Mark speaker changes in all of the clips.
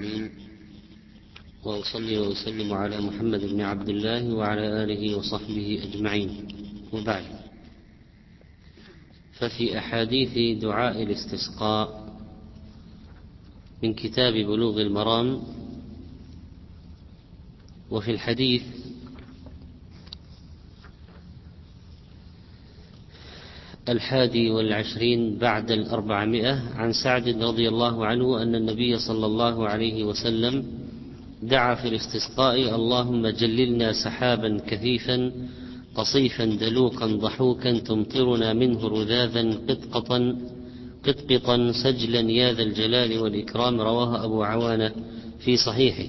Speaker 1: وأصلي وأسلم على محمد بن عبد الله وعلى آله وصحبه أجمعين، وبعد. ففي أحاديث دعاء الاستسقاء من كتاب بلوغ المرام، وفي الحديث الحادي والعشرين بعد 400 عن سعد رضي الله عنه أن النبي صلى الله عليه وسلم دعا في الاستسقاء: اللهم جللنا سحابا كثيفا قصيفا دلوقا ضحوكا تمطرنا منه رذاذا قطقطا سجلا يا ذا الجلال والإكرام. رواه أبو عوانة في صحيحه.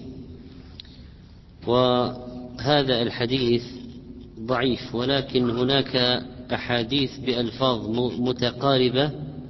Speaker 1: وهذا الحديث ضعيف، ولكن هناك أحاديث بألفاظ متقاربة،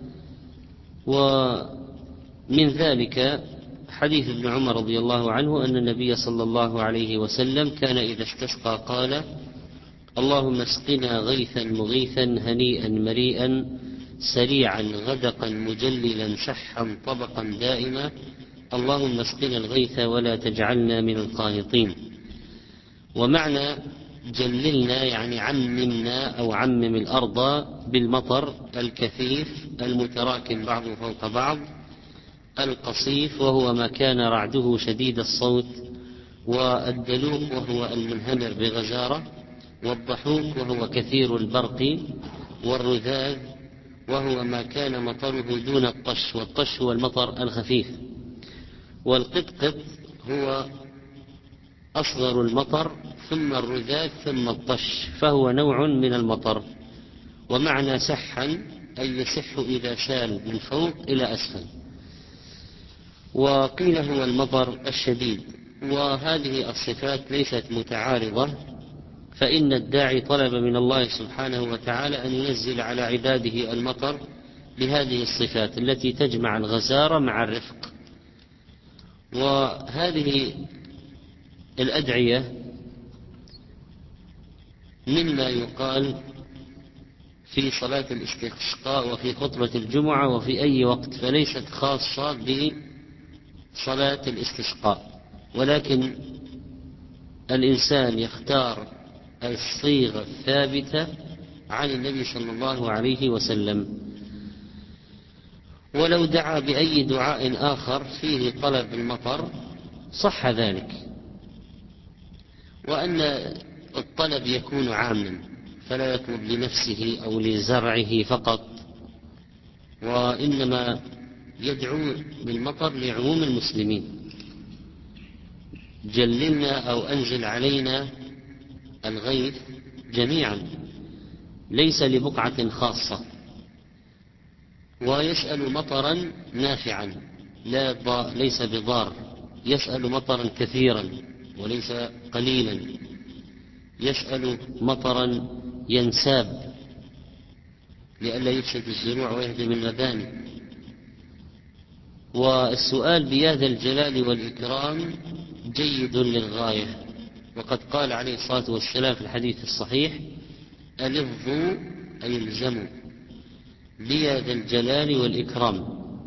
Speaker 1: ومن ذلك حديث ابن عمر رضي الله عنه أن النبي صلى الله عليه وسلم كان إذا استسقى قال: اللهم اسقنا غيثا مغيثا هنيئا مريئا سريعا غدقا مجللا شحا طبقا دائما، اللهم اسقنا الغيث ولا تجعلنا من القانطين. ومعنى جللنا يعني عممنا أو عمم الأرض بالمطر الكثيف المتراكم بعضه فوق بعض. القصيف وهو ما كان رعده شديد الصوت، والدلوق وهو المنهمر بغزارة، والضحوك وهو كثير البرق، والرذاذ وهو ما كان مطره دون الطش، والطش هو المطر الخفيف، والقطقط هو أصغر المطر ثم الرذاذ ثم الطش، فهو نوع من المطر. ومعنى سحا أي يسح إذا سال من فوق إلى أسفل. وقيل هو المطر الشديد. وهذه الصفات ليست متعارضة، فإن الداعي طلب من الله سبحانه وتعالى أن ينزل على عباده المطر بهذه الصفات التي تجمع الغزارة مع الرفق. وهذه الأدعية مما يقال في صلاة الاستسقاء وفي خطبة الجمعة وفي أي وقت، فليست خاصة بصلاة الاستسقاء، ولكن الإنسان يختار الصيغة الثابتة عن النبي صلى الله عليه وسلم. ولو دعا بأي دعاء آخر فيه طلب المطر صح ذلك، وأن الطلب يكون عاما، فلا يطلب لنفسه أو لزرعه فقط، وإنما يدعو بالمطر لعموم المسلمين. جللنا أو أنزل علينا الغيث جميعا، ليس لبقعة خاصة. ويسأل مطرا نافعا ليس بضار، يسأل مطرا كثيرا وليس قليلا، يسأل مطرا ينساب لئلا يفسد الزروع ويهدم المباني. والسؤال بيا ذا الجلال والإكرام جيد للغاية، وقد قال عليه الصلاة والسلام في الحديث الصحيح: ألظوا أي الزموا بيا ذا الجلال والإكرام.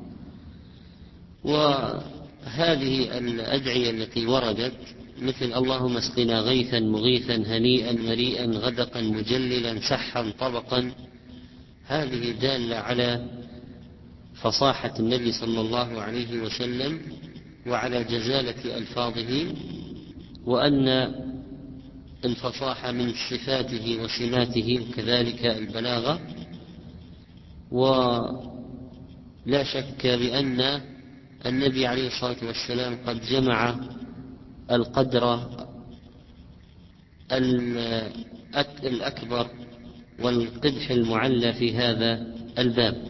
Speaker 1: وهذه الأدعية التي وردت مثل اللهم اسقنا غيثا مغيثا هنيئا مريئا غدقا مجللا سحا طبقا، هذه دالة على فصاحة النبي صلى الله عليه وسلم وعلى جزالة ألفاظه، وأن الفصاحة من صفاته وسماته، وكذلك البلاغة. ولا شك بأن النبي عليه الصلاة والسلام قد جمع القدر الأكبر والقدح المعلى في هذا الباب.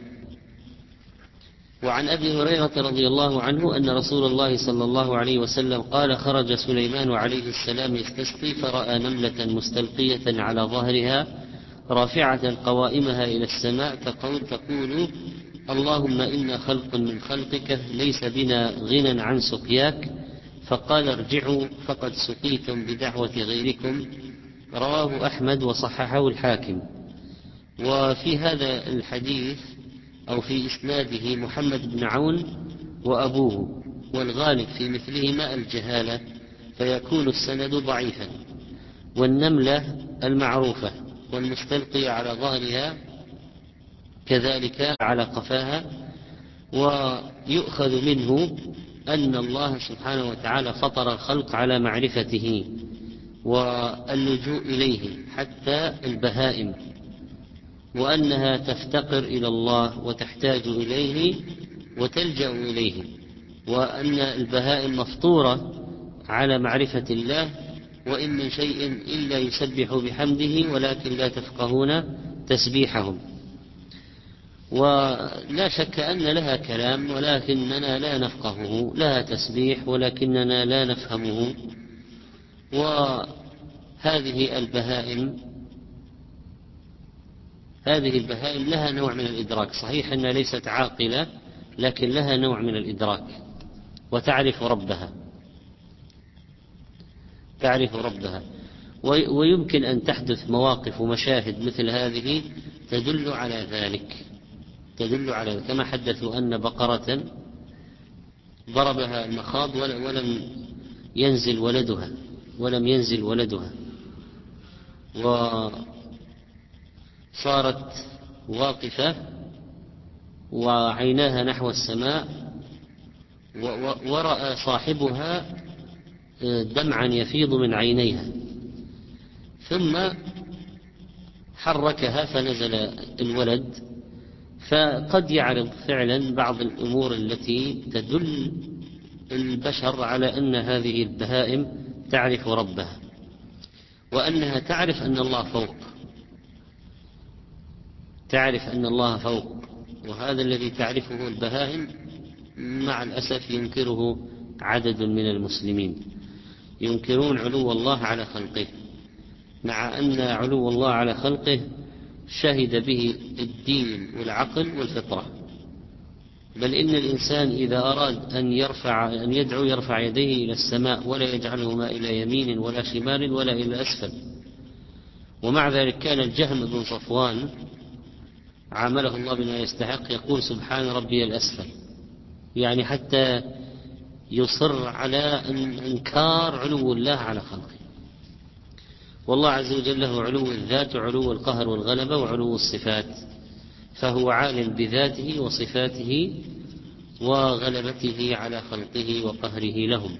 Speaker 1: وعن أبي هريرة رضي الله عنه أن رسول الله صلى الله عليه وسلم قال: خرج سليمان عليه السلام يستسقي فرأى نملة مستلقية على ظهرها رافعة قوائمها إلى السماء تقول: اللهم إنا خلق من خلقك ليس بنا غنى عن سقياك. فقال: ارجعوا فقد سقيتم بدعوة غيركم. رواه أحمد وصححه الحاكم. وفي هذا الحديث أو في إسناده محمد بن عون وأبوه، والغالب في مثلهما الجهالة فيكون السند ضعيفا. والنملة المعروفة والمستلقية على ظهرها كذلك على قفاها. ويؤخذ منه أن الله سبحانه وتعالى فطر الخلق على معرفته واللجوء إليه حتى البهائم، وأنها تفتقر إلى الله وتحتاج إليه وتلجأ إليه، وأن البهائم مفطورة على معرفة الله، وإن من شيء إلا يسبح بحمده ولكن لا تفقهون تسبيحهم. ولا شك أن لها كلام ولكننا لا نفقهه، لها تسبيح ولكننا لا نفهمه. وهذه البهائم لها نوع من الإدراك، صحيح أنها ليست عاقلة لكن لها نوع من الإدراك وتعرف ربها. ويمكن أن تحدث مواقف ومشاهد مثل هذه تدل على ذلك، كما حدثوا أن بقرة ضربها المخاض ولم ينزل ولدها وصارت واقفة وعيناها نحو السماء، ورأى صاحبها دمعا يفيض من عينيها، ثم حركها فنزل الولد. فقد يعرض فعلا بعض الأمور التي تدل البشر على أن هذه البهائم تعرف ربها، وأنها تعرف أن الله فوق. وهذا الذي تعرفه البهائم مع الأسف ينكره عدد من المسلمين، ينكرون علو الله على خلقه، مع أن علو الله على خلقه شهد به الدين والعقل والفطرة. بل إن الإنسان إذا أراد أن يدعو يرفع يديه إلى السماء ولا يجعلهما إلى يمين ولا شمال ولا إلى أسفل. ومع ذلك كان الجهم بن صفوان عامله الله بما يستحق، يقول سبحان ربي الأسفل، يعني حتى يصر على إنكار علو الله على خلقه. والله عز وجل له علو الذات وعلو القهر والغلبة وعلو الصفات، فهو عالم بذاته وصفاته وغلبته على خلقه وقهره لهم.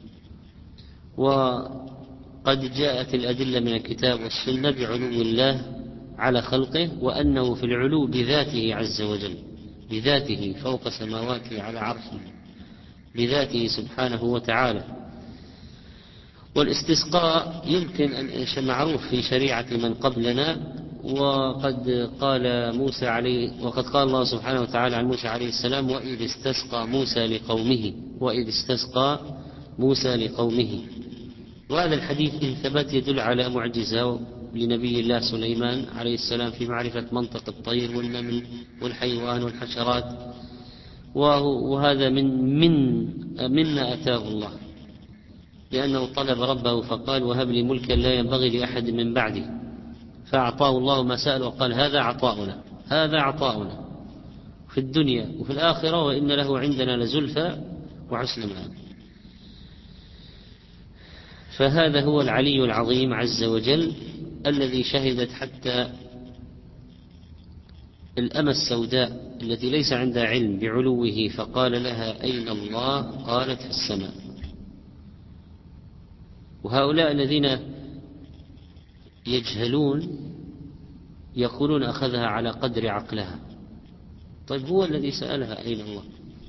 Speaker 1: وقد جاءت الأدلة من الكتاب والسنة بعلو الله على خلقه، وأنه في العلو بذاته عز وجل، بذاته فوق سماواته على عرشه، بذاته سبحانه وتعالى. والاستسقاء يمكن أن معروف في شريعة من قبلنا، وقد قال الله سبحانه وتعالى عن موسى عليه السلام: وإذ استسقى موسى لقومه. وهذا الحديث إن ثبت يدل على معجزة لنبي الله سليمان عليه السلام في معرفة منطق الطير والنمل والحيوان والحشرات، وهذا مما أتاه الله، لأنه طلب ربه فقال: وهب لي ملكا لا ينبغي لأحد من بعدي، فأعطاه الله ما سأل وقال: هذا عطاؤنا في الدنيا وفي الآخرة، وإن له عندنا لزلفى وحسن مآب. فهذا هو العلي العظيم عز وجل الذي شهدت حتى الأمة السوداء التي ليس عندها علم بعلوه فقال لها: أين الله؟ قالت: في السماء. وهؤلاء الذين يجهلون يقولون أخذها على قدر عقلها. طيب هو الذي سألها أين الله،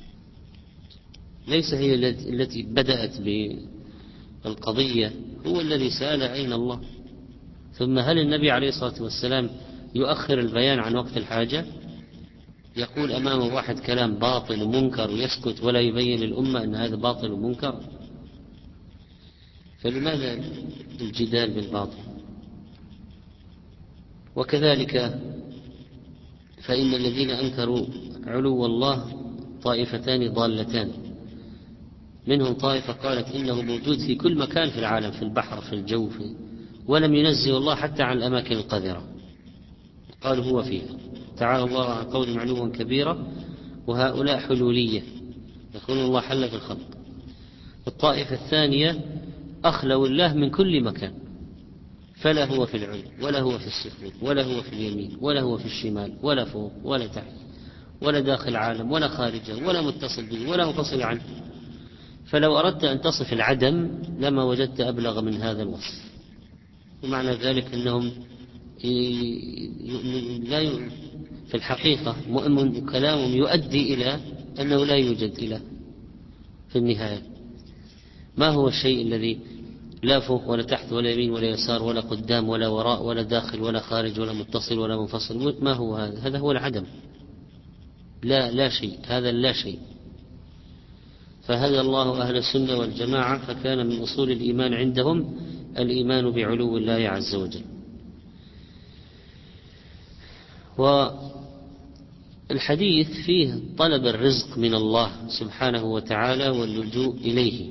Speaker 1: ليس هي التي بدأت بالقضية، هو الذي سألها أين الله. ثم هل النبي عليه الصلاة والسلام يؤخر البيان عن وقت الحاجة؟ يقول أمامه واحد كلام باطل ومنكر ويسكت ولا يبين للأمة أن هذا باطل ومنكر؟ فلماذا الجدال بالباطل؟ وكذلك فإن الذين أنكروا علو الله طائفتان ضالتان، منهم طائفة قالت إنه موجود في كل مكان في العالم، في البحر في الجو ولم ينزه الله حتى عن الأماكن القذرة، قالوا هو فيها. تعالى الله عن قول علوا كبيرا. وهؤلاء حلولية يكون الله حل في الخلق. الطائفة الثانية أخلوا الله من كل مكان، فلا هو في العلو ولا هو في السفل ولا هو في اليمين ولا هو في الشمال ولا فوق ولا تحت ولا داخل العالم ولا خارجه ولا متصل به ولا منفصل عنه. فلو أردت أن تصف العدم لما وجدت أبلغ من هذا الوصف. ومعنى ذلك أنهم في الحقيقة كلامهم يؤدي إلى أنه لا يوجد إله في النهاية. ما هو الشيء الذي لا فوق ولا تحت ولا يمين ولا يسار ولا قدام ولا وراء ولا داخل ولا خارج ولا متصل ولا منفصل؟ ما هو هذا؟ هذا هو العدم. لا شيء، هذا لا شيء. فهدى الله أهل السنة والجماعة، فكان من أصول الإيمان عندهم الإيمان بعلو الله عز وجل. والحديث فيه طلب الرزق من الله سبحانه وتعالى واللجوء إليه.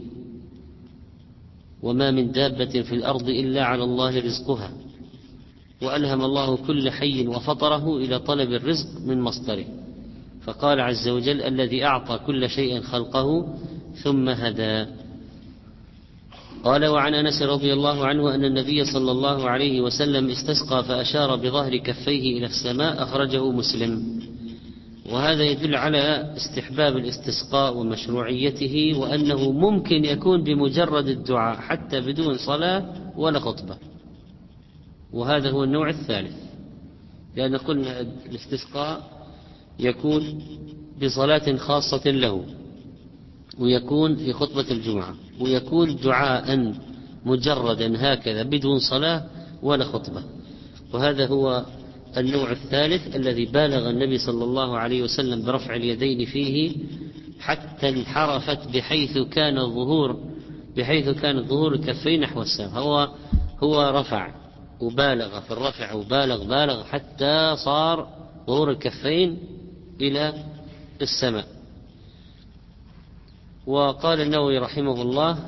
Speaker 1: وما من دابة في الأرض إلا على الله رزقها، وألهم الله كل حي وفطره إلى طلب الرزق من مصدره. فقال عز وجل: الذي أعطى كل شيء خلقه ثم هدى. قال: وعن أنس رضي الله عنه أن النبي صلى الله عليه وسلم استسقى فأشار بظهر كفيه إلى السماء، أخرجه مسلم. وهذا يدل على استحباب الاستسقاء ومشروعيته، وأنه ممكن يكون بمجرد الدعاء حتى بدون صلاة ولا خطبة. وهذا هو النوع الثالث، لأن قلنا الاستسقاء يكون بصلاة خاصة له، ويكون في خطبة الجمعة، ويكون دعاء مجردا هكذا بدون صلاة ولا خطبة. وهذا هو النوع الثالث الذي بالغ النبي صلى الله عليه وسلم برفع اليدين فيه حتى انحرفت بحيث كان ظهور الكفين نحو السماء. هو رفع وبالغ في الرفع وبالغ حتى صار ظهور الكفين إلى السماء. وقال النووي رحمه الله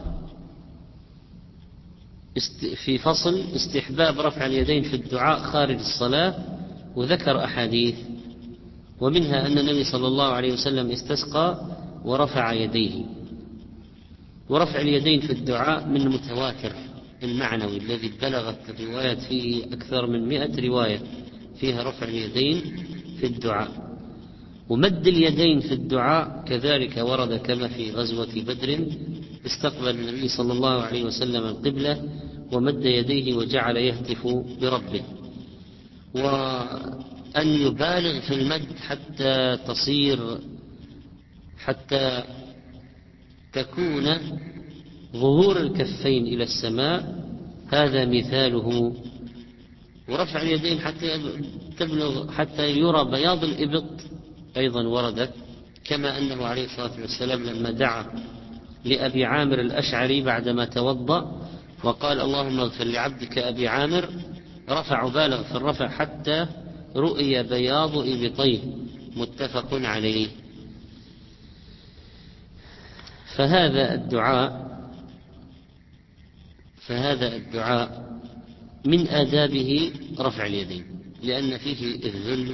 Speaker 1: في فصل استحباب رفع اليدين في الدعاء خارج الصلاة، وذكر أحاديث، ومنها أن النبي صلى الله عليه وسلم استسقى ورفع يديه. ورفع اليدين في الدعاء من المتواتر المعنوي الذي بلغت الروايات فيه أكثر من 100 رواية فيها رفع اليدين في الدعاء. ومد اليدين في الدعاء كذلك ورد، كما في غزوة بدر استقبل النبي صلى الله عليه وسلم القبلة ومد يديه وجعل يهتف بربه. وأن يبالغ في المد حتى تكون ظهور الكفين إلى السماء، هذا مثاله. ورفع اليدين حتى يرى بياض الإبط أيضا وردت، كما أنه عليه الصلاة والسلام لما دعا لأبي عامر الأشعري بعدما توضأ وقال: اللهم اغفر لعبدك أبي عامر، رفع بالغ في الرفع حتى رؤي بياض إبطيه، متفق عليه. فهذا الدعاء من آدابه رفع اليدين، لأن فيه الذل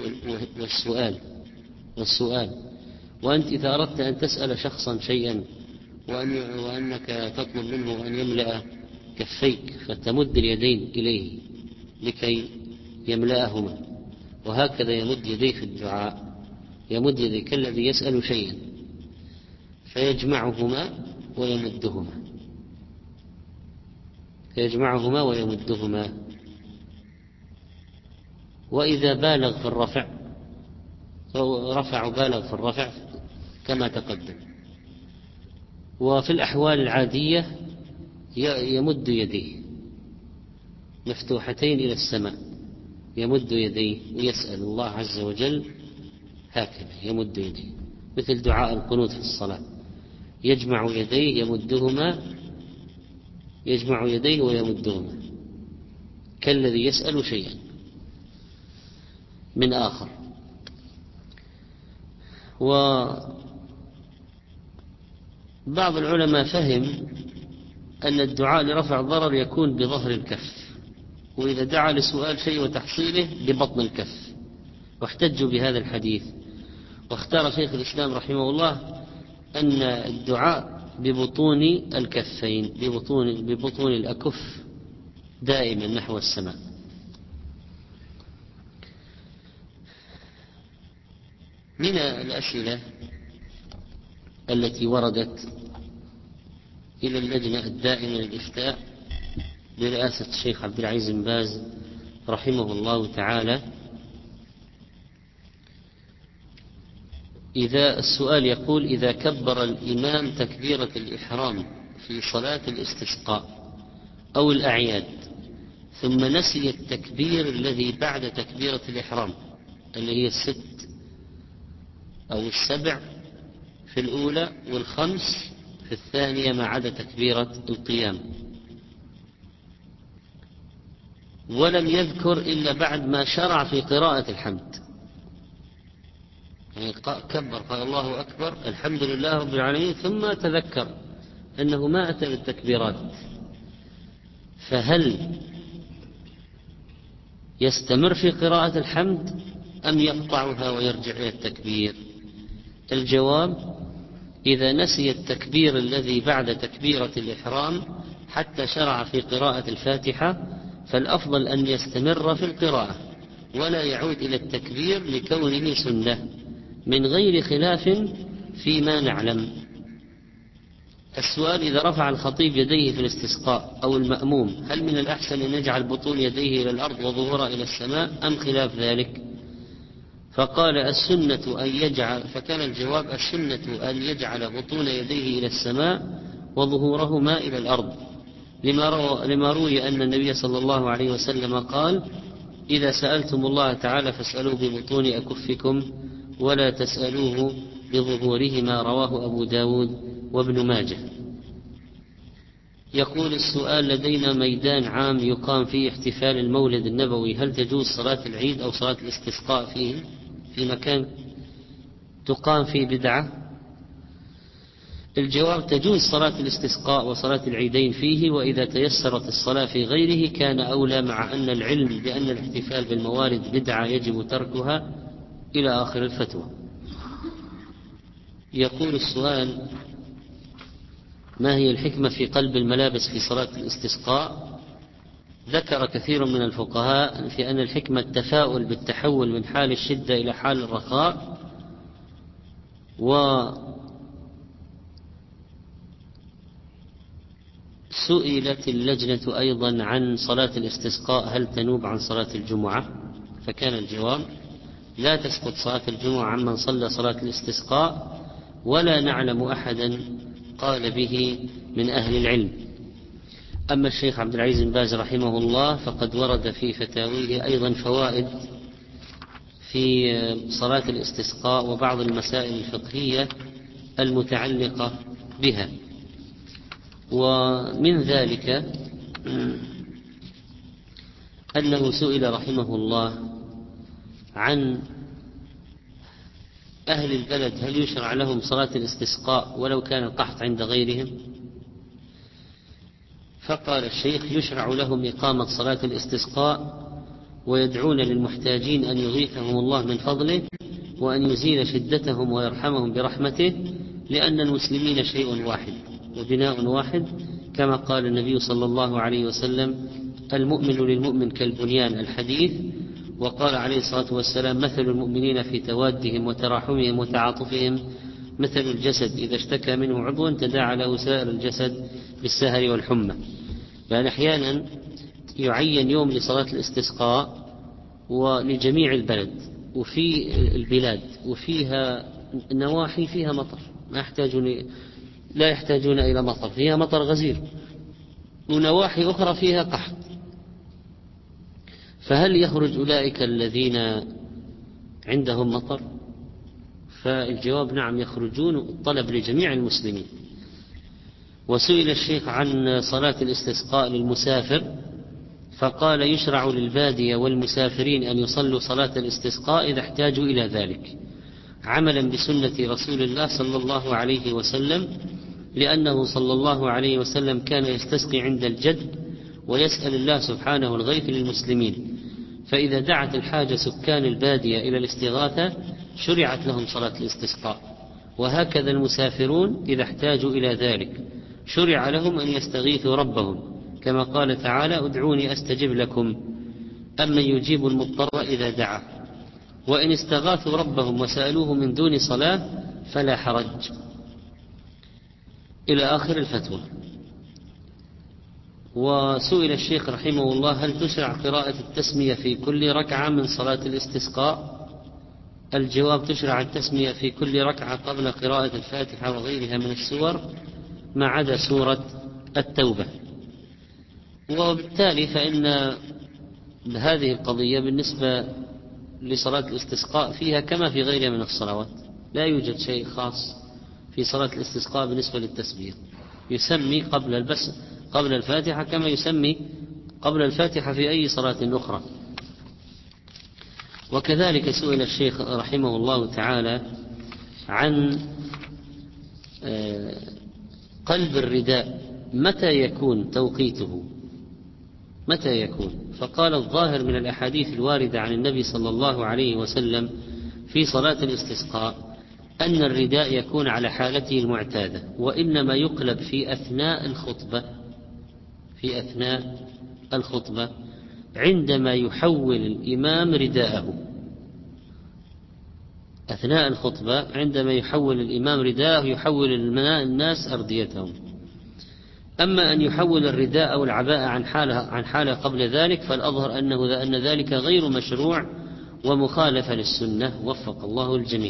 Speaker 1: والسؤال. وأنت إذا أردت أن تسأل شخصا شيئا وأنك تطلب منه أن يملأ كفيك، فتمد اليدين إليه لكي يملأهما. وهكذا يمد يديه في الدعاء، يمد يديه كالذي يسأل شيئا فيجمعهما ويمدهما. وإذا بالغ في الرفع بالغ في الرفع كما تقدم. وفي الأحوال العادية يمد يديه مفتوحتين إلى السماء، يمد يديه ويسأل الله عز وجل هكذا، يمد يديه مثل دعاء القنوت في الصلاة، يجمع يديه ويمدهما كالذي يسأل شيئا من آخر. وبعض العلماء فهم أن الدعاء لرفع الضرر يكون بظهر الكف، وإذا دعا لسؤال شيء وتحصيله ببطن الكف، واحتجوا بهذا الحديث. واختار شيخ الإسلام رحمه الله أن الدعاء ببطون الكفين، ببطون الأكف دائما نحو السماء. من الأسئلة التي وردت إلى اللجنة الدائمة للإفتاء برئاسة الشيخ عبد العزيز بن باز رحمه الله تعالى، السؤال يقول: إذا كبر الإمام تكبيرة الإحرام في صلاة الاستسقاء أو الأعياد ثم نسي التكبير الذي بعد تكبيرة الإحرام اللي هي 6 أو 7 في الأولى و5 في الثانية ما عدا تكبيرة القيام، ولم يذكر إلا بعد ما شرع في قراءة الحمد، يعني كبر قال الله أكبر الحمد لله رب العالمين ثم تذكر أنه ما أتى بالتكبيرات، فهل يستمر في قراءة الحمد أم يقطعها ويرجع إلى التكبير؟ الجواب: إذا نسي التكبير الذي بعد تكبيرة الإحرام حتى شرع في قراءة الفاتحة فالأفضل أن يستمر في القراءة ولا يعود إلى التكبير لكونه سنة من غير خلاف فيما نعلم. السؤال: إذا رفع الخطيب يديه في الاستسقاء أو المأموم هل من الأحسن أن يجعل بطون يديه إلى الأرض وظهورها إلى السماء أم خلاف ذلك؟ فقال السنة أن يجعل، فكان الجواب: السنة أن يجعل بطون يديه إلى السماء وظهورهما إلى الأرض، لما روي أن النبي صلى الله عليه وسلم قال: إذا سألتم الله تعالى فاسألوه ببطون أكفكم ولا تسألوه بظهورهما، رواه أبو داود وابن ماجه. يقول السؤال: لدينا ميدان عام يقام فيه احتفال المولد النبوي، هل تجوز صلاة العيد أو صلاة الاستسقاء فيه في مكان تقام فيه بدعة؟ الجواب: تجوز صلاة الاستسقاء وصلاة العيدين فيه، وإذا تيسرت الصلاة في غيره كان أولى، مع أن العلم بأن الاحتفال بالموالد بدعة يجب تركها، إلى آخر الفتوى. يقول السؤال: ما هي الحكمة في قلب الملابس في صلاة الاستسقاء؟ ذكر كثير من الفقهاء في أن الحكمة التفاؤل بالتحول من حال الشدة إلى حال الرخاء، وسئلت اللجنة أيضا عن صلاة الاستسقاء هل تنوب عن صلاة الجمعة، فكان الجواب: لا تسقط صلاة الجمعة عمن صلى صلاة الاستسقاء، ولا نعلم أحدا قال به من أهل العلم. أما الشيخ عبد العزيز بن باز رحمه الله فقد ورد في فتاويه أيضا فوائد في صلاة الاستسقاء وبعض المسائل الفقهية المتعلقة بها، ومن ذلك أنه سئل رحمه الله عن أهل البلد هل يشرع لهم صلاة الاستسقاء ولو كان القحط عند غيرهم، فقال الشيخ: يشرع لهم إقامة صلاة الاستسقاء ويدعون للمحتاجين أن يغيثهم الله من فضله وأن يزيل شدتهم ويرحمهم برحمته، لأن المسلمين شيء واحد وبناء واحد، كما قال النبي صلى الله عليه وسلم: المؤمن للمؤمن كالبنيان، الحديث. وقال عليه الصلاة والسلام: مثل المؤمنين في توادهم وتراحمهم وتعاطفهم مثل الجسد إذا اشتكى منه عضو تداعى له سائر الجسد بالسهر والحمى. يعني أحيانا يعين يوم لصلاة الاستسقاء ولجميع البلد وفي البلاد وفيها نواحي فيها مطر لا يحتاجون إلى مطر، فيها مطر غزير، ونواحي أخرى فيها قحط، فهل يخرج أولئك الذين عندهم مطر؟ فالجواب: نعم يخرجون، الطلب لجميع المسلمين. وسئل الشيخ عن صلاة الاستسقاء للمسافر فقال: يشرع للبادية والمسافرين أن يصلوا صلاة الاستسقاء إذا احتاجوا إلى ذلك، عملا بسنة رسول الله صلى الله عليه وسلم، لأنه صلى الله عليه وسلم كان يستسقي عند الجد ويسأل الله سبحانه الغيث للمسلمين، فإذا دعت الحاجة سكان البادية إلى الاستغاثة شرعت لهم صلاة الاستسقاء، وهكذا المسافرون إذا احتاجوا إلى ذلك شرع لهم أن يستغيثوا ربهم، كما قال تعالى: ادعوني أستجب لكم، أمن يجيب المضطر إذا دعاه، وإن استغاثوا ربهم وسألوه من دون صلاة فلا حرج، إلى آخر الفتوى. وسئل الشيخ رحمه الله: هل تشرع قراءة التسمية في كل ركعة من صلاة الاستسقاء؟ الجواب: تشرع التسمية في كل ركعة قبل قراءة الفاتحة وغيرها من السور ما عدا سورة التوبة. وبالتالي فإن هذه القضية بالنسبة لصلاة الاستسقاء فيها كما في غيرها من الصلوات، لا يوجد شيء خاص في صلاة الاستسقاء بالنسبة للتسبيح. يسمي قبل الفاتحة كما يسمي قبل الفاتحة في أي صلاة أخرى. وكذلك سئل الشيخ رحمه الله تعالى عن قلب الرداء متى يكون توقيته، متى يكون؟ فقال: الظاهر من الأحاديث الواردة عن النبي صلى الله عليه وسلم في صلاة الاستسقاء أن الرداء يكون على حالته المعتادة، وإنما يقلب في أثناء الخطبة عندما يحول الإمام رداءه، أثناء الخطبة عندما يحول الإمام رداءه يحول الناس أرديتهم. أما أن يحول الرداء أو العباءة عن حالة قبل ذلك فالأظهر أن ذلك غير مشروع ومخالفة للسنة، وفق الله الجميع.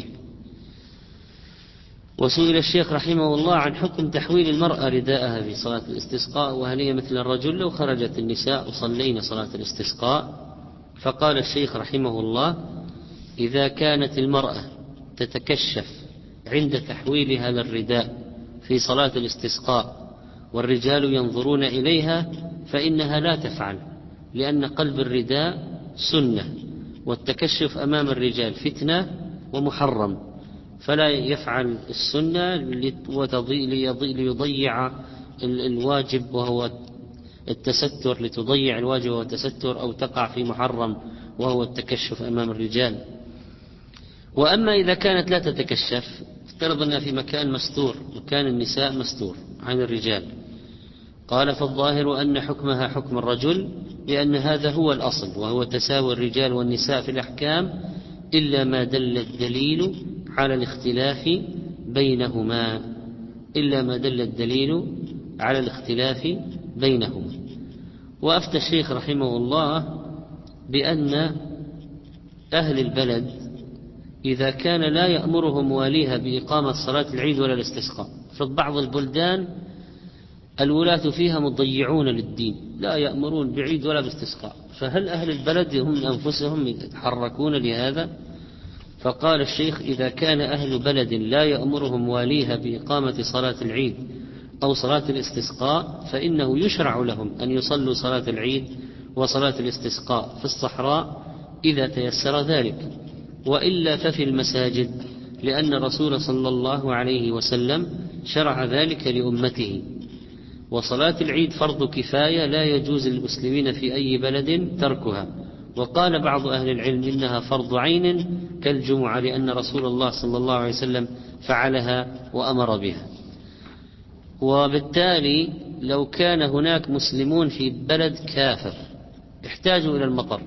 Speaker 1: وسئل الشيخ رحمه الله عن حكم تحويل المرأة رداءها في صلاة الاستسقاء، وهل هي مثل الرجل لو خرجت النساء وصلينا صلاة الاستسقاء؟ فقال الشيخ رحمه الله: إذا كانت المرأة تتكشف عند تحويلها للرداء في صلاة الاستسقاء والرجال ينظرون إليها فإنها لا تفعل، لأن قلب الرداء سنة، والتكشف أمام الرجال فتنة ومحرم، فلا يفعل السنة ليضيع الواجب وهو التستر، لتضيع الواجب وهو التستر، أو تقع في محرم وهو التكشف أمام الرجال. وأما إذا كانت لا تتكشف، افترض أنها في مكان مستور، مكان النساء مستور عن الرجال، قال: فالظاهر أن حكمها حكم الرجل، لأن هذا هو الأصل، وهو تساوي الرجال والنساء في الأحكام، إلا ما دل الدليل على الاختلاف بينهما. وأفتى الشيخ رحمه الله بأن أهل البلد إذا كان لا يأمرهم واليها بإقامة صلاة العيد ولا الاستسقاء، في بعض البلدان الولاة فيها مضيعون للدين، لا يأمرون بعيد ولا باستسقاء، فهل أهل البلد هم أنفسهم يتحركون لهذا؟ فقال الشيخ: إذا كان أهل بلد لا يأمرهم واليها بإقامة صلاة العيد أو صلاة الاستسقاء فإنه يشرع لهم أن يصلوا صلاة العيد وصلاة الاستسقاء في الصحراء إذا تيسر ذلك، وإلا ففي المساجد، لأن الرسول صلى الله عليه وسلم شرع ذلك لأمته. وصلاة العيد فرض كفاية لا يجوز للمسلمين في أي بلد تركها. وقال بعض أهل العلم إنها فرض عين كالجمعة، لأن رسول الله صلى الله عليه وسلم فعلها وأمر بها. وبالتالي لو كان هناك مسلمون في بلد كافر احتاجوا إلى المطر،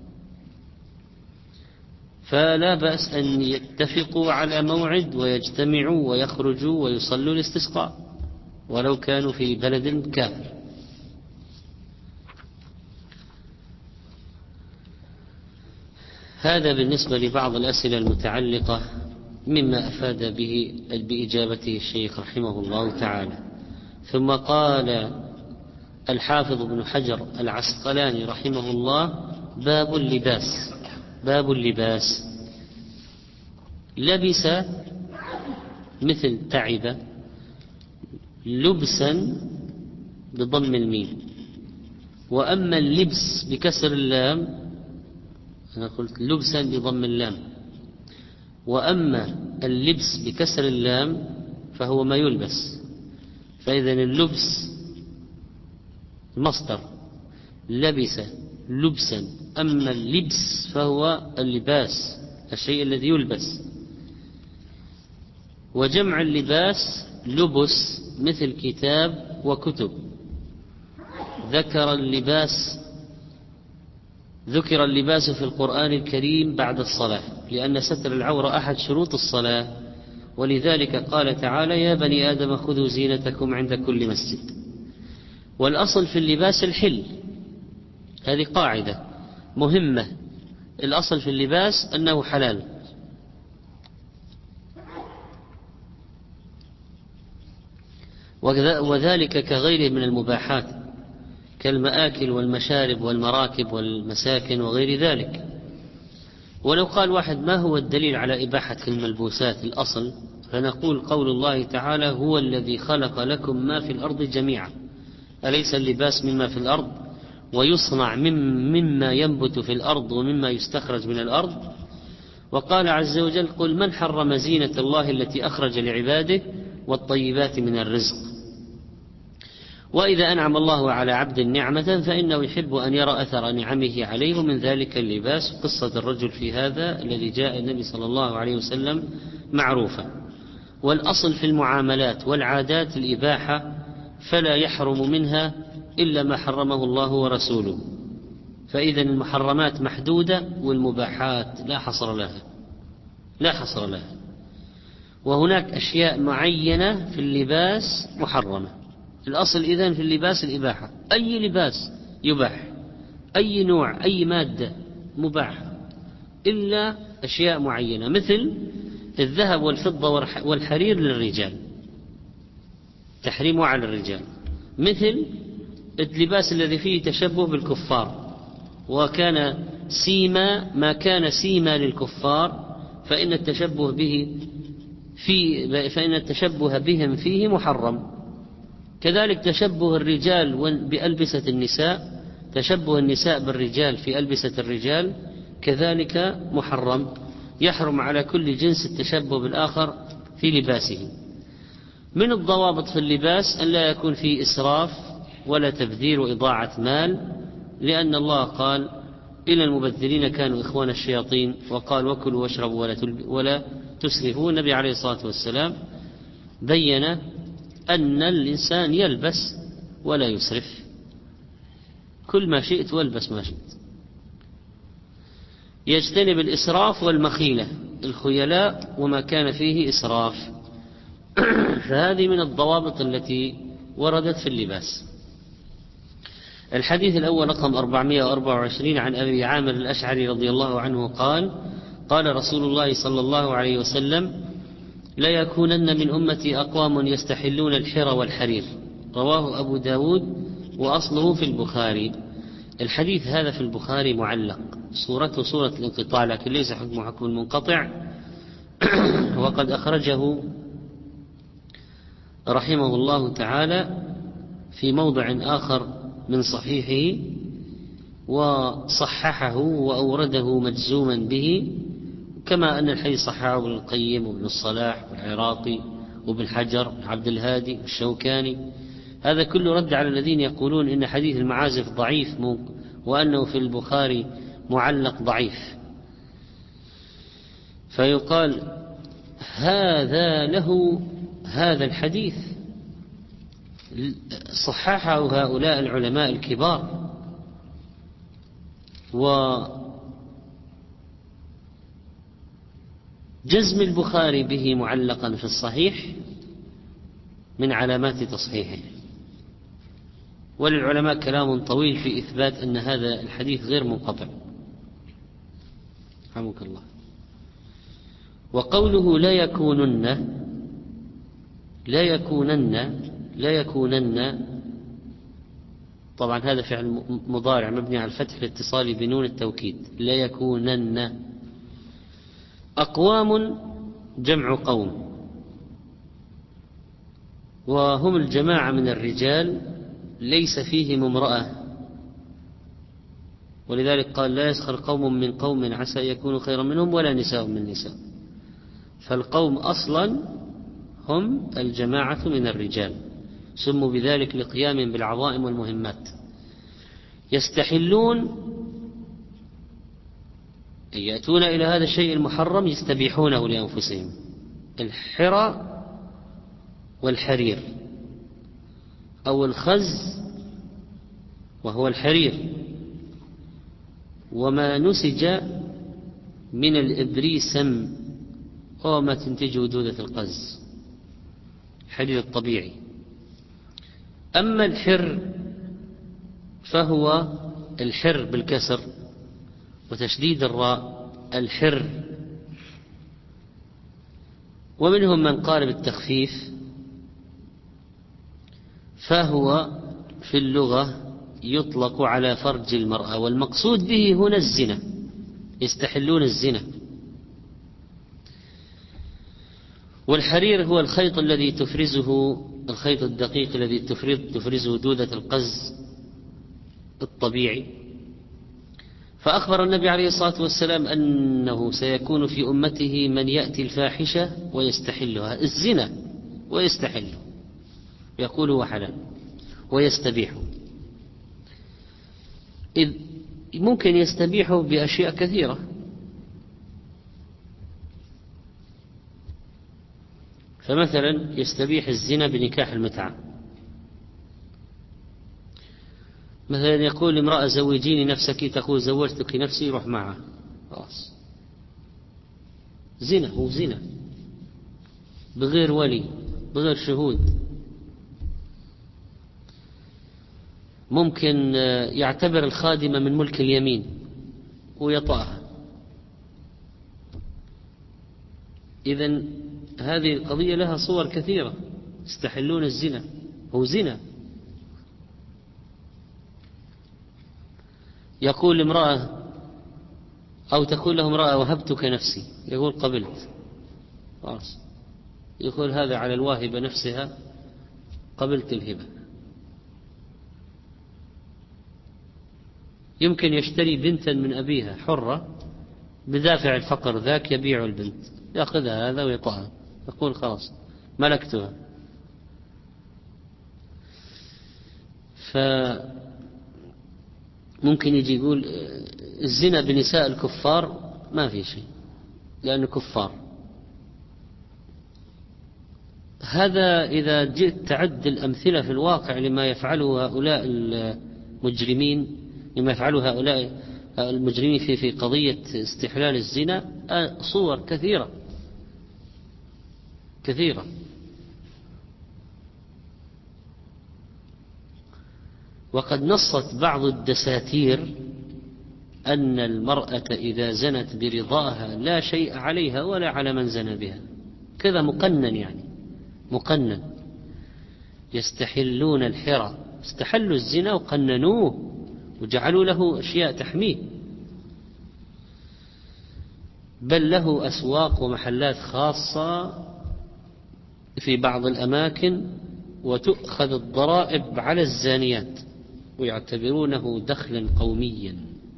Speaker 1: فلا بأس أن يتفقوا على موعد ويجتمعوا ويخرجوا ويصلوا الاستسقاء ولو كانوا في بلد كافر. هذا بالنسبة لبعض الأسئلة المتعلقة مما أفاد به بإجابته الشيخ رحمه الله تعالى. ثم قال الحافظ ابن حجر العسقلاني رحمه الله: باب اللباس. لبس مثل تعب، لبسا بضم الميم. وأما اللبس بكسر اللام، أنا قلت لبسا بضم اللام، وأما اللبس بكسر اللام فهو ما يلبس، فإذن اللبس مصدر لبس لبسا، أما اللبس فهو اللباس، الشيء الذي يلبس. وجمع اللباس لبس مثل كتاب وكتب. ذكر اللباس في القرآن الكريم بعد الصلاة، لأن ستر العورة أحد شروط الصلاة، ولذلك قال تعالى: يا بني آدم خذوا زينتكم عند كل مسجد. والأصل في اللباس الحل، هذه قاعدة مهمة، الأصل في اللباس أنه حلال. وذلك كغيره من المباحات كالمآكل والمشارب والمراكب والمساكن وغير ذلك. ولو قال واحد: ما هو الدليل على إباحة الملبوسات؟ الأصل فنقول: قول الله تعالى: هو الذي خلق لكم ما في الأرض جميعا. أليس اللباس مما في الأرض ويصنع مما ينبت في الأرض ومما يستخرج من الأرض؟ وقال عز وجل: قل من حرم زينة الله التي أخرج لعباده والطيبات من الرزق. وإذا أنعم الله على عبد نعمة فإنه يحب أن يرى أثر نعمه عليه، ومن ذلك اللباس. قصة الرجل في هذا الذي جاء النبي صلى الله عليه وسلم معروفة. والأصل في المعاملات والعادات الإباحة، فلا يحرم منها إلا ما حرمه الله ورسوله. فإذا المحرمات محدودة والمباحات لا حصر لها. وهناك أشياء معينة في اللباس محرمة. الأصل إذن في اللباس الإباحة، أي لباس يباح، أي نوع، أي مادة مباح، إلا أشياء معينة، مثل الذهب والفضة والحرير للرجال، تحريمه على الرجال. مثل اللباس الذي فيه تشبه بالكفار، وكان ما كان سيما للكفار فإن التشبه بهم فيه محرم. كذلك تشبه الرجال بألبسة النساء، تشبه النساء بالرجال في ألبسة الرجال كذلك محرم. يحرم على كل جنس التشبه بالآخر في لباسه. من الضوابط في اللباس أن لا يكون فيه إسراف ولا تبذير وإضاعة مال، لأن الله قال: إلى المبذرين كانوا إخوان الشياطين، وقال: وكلوا واشربوا ولا تسرفوا. النبي عليه الصلاة والسلام بين أن الإنسان يلبس ولا يسرف، كل ما شئت والبس ما شئت. يجتنب الإسراف والمخيلة، الخيلاء وما كان فيه إسراف. فهذه من الضوابط التي وردت في اللباس. الحديث الأول رقم 424 عن أبي عامر الأشعري رضي الله عنه قال: قال رسول الله صلى الله عليه وسلم: لا يكونن من أمتي أقوام يستحلون الحر والحرير. رواه أبو داود وأصله في البخاري. الحديث هذا في البخاري معلق، صورته صورة الانقطاع، لكن ليس حكم المنقطع. وقد أخرجه رحمه الله تعالى في موضع آخر من صحيحه، وصححه وأورده مجزوما به، كما أن الحديث صححه ابن القيم وابن الصلاح والعراقي وابن حجر عبد الهادي والشوكاني. هذا كله رد على الذين يقولون إن حديث المعازف ضعيف وأنه في البخاري معلق ضعيف. فيقال: هذا الحديث صححه هؤلاء العلماء الكبار، وجزم البخاري به معلقا في الصحيح من علامات تصحيحه. وللعلماء كلام طويل في إثبات أن هذا الحديث غير منقطع. رحمك الله. وقوله لا يكونن طبعا هذا فعل مضارع مبني على الفتح لاتصال بنون التوكيد. لا يكونن. أقوام جمع قوم، وهم الجماعة من الرجال ليس فيهم امرأة، ولذلك قال: لا يسخر قوم من قوم عسى يكونوا خيرا منهم ولا نساء من نساء. فالقوم أصلا هم الجماعة من الرجال، سموا بذلك لقيام بالعظائم والمهمات. يستحلون، يأتون إلى هذا الشيء المحرم يستبيحونه لأنفسهم، الحرى والحرير، أو الخز وهو الحرير، وما نسج من الإبريسم وهو ما تنتجه دودة القز، الحرير الطبيعي. أما الحر فهو الحر بالكسر وتشديد الراء، الحر. ومنهم من قال بالتخفيف، فهو في اللغة يطلق على فرج المرأة، والمقصود به هنا الزنا، يستحلون الزنا. والحرير هو الخيط الذي تفرزه، الخيط الدقيق الذي تفرزه دودة القز الطبيعي. فأخبر النبي عليه الصلاة والسلام أنه سيكون في أمته من يأتي الفاحشة ويستحلها، الزنا، ويستحله، يقول هو حلال ويستبيحه. إذ ممكن يستبيحه بأشياء كثيرة، فمثلا يستبيح الزنا بنكاح المتعة. مثلا يقول امرأة زوجيني نفسك، تقول زوجتك نفسي، يروح معها، خلاص زنا، هو زنا بغير ولي، بغير شهود. ممكن يعتبر الخادمة من ملك اليمين ويطأها. إذن هذه القضية لها صور كثيرة، يستحلون الزنا، هو زنا. يقول امرأة أو تقول له امرأة وهبتك نفسي، يقول قبلت، خلاص، يقول هذا على الواهبة نفسها، قبلت الهبة. يمكن يشتري بنتا من أبيها حرة بدافع الفقر، ذاك يبيع البنت، يأخذها هذا ويطأها، يقول خلاص ملكتها. فممكن يجي يقول الزنا بنساء الكفار ما في شيء لأنه كفار. هذا إذا جئت تعد الأمثلة في الواقع لما يفعله هؤلاء المجرمين، لما يفعله هؤلاء المجرمين في قضية استحلال الزنا، صور كثيرة كثيرة. وقد نصت بعض الدساتير أن المرأة إذا زنت برضاها لا شيء عليها ولا على من زنى بها، كذا مقنن، يعني مقنن. يستحلون الحرى، استحلوا الزنا وقننوه وجعلوا له أشياء تحميه، بل له أسواق ومحلات خاصة في بعض الأماكن، وتؤخذ الضرائب على الزانيات ويعتبرونه دخلا قوميا.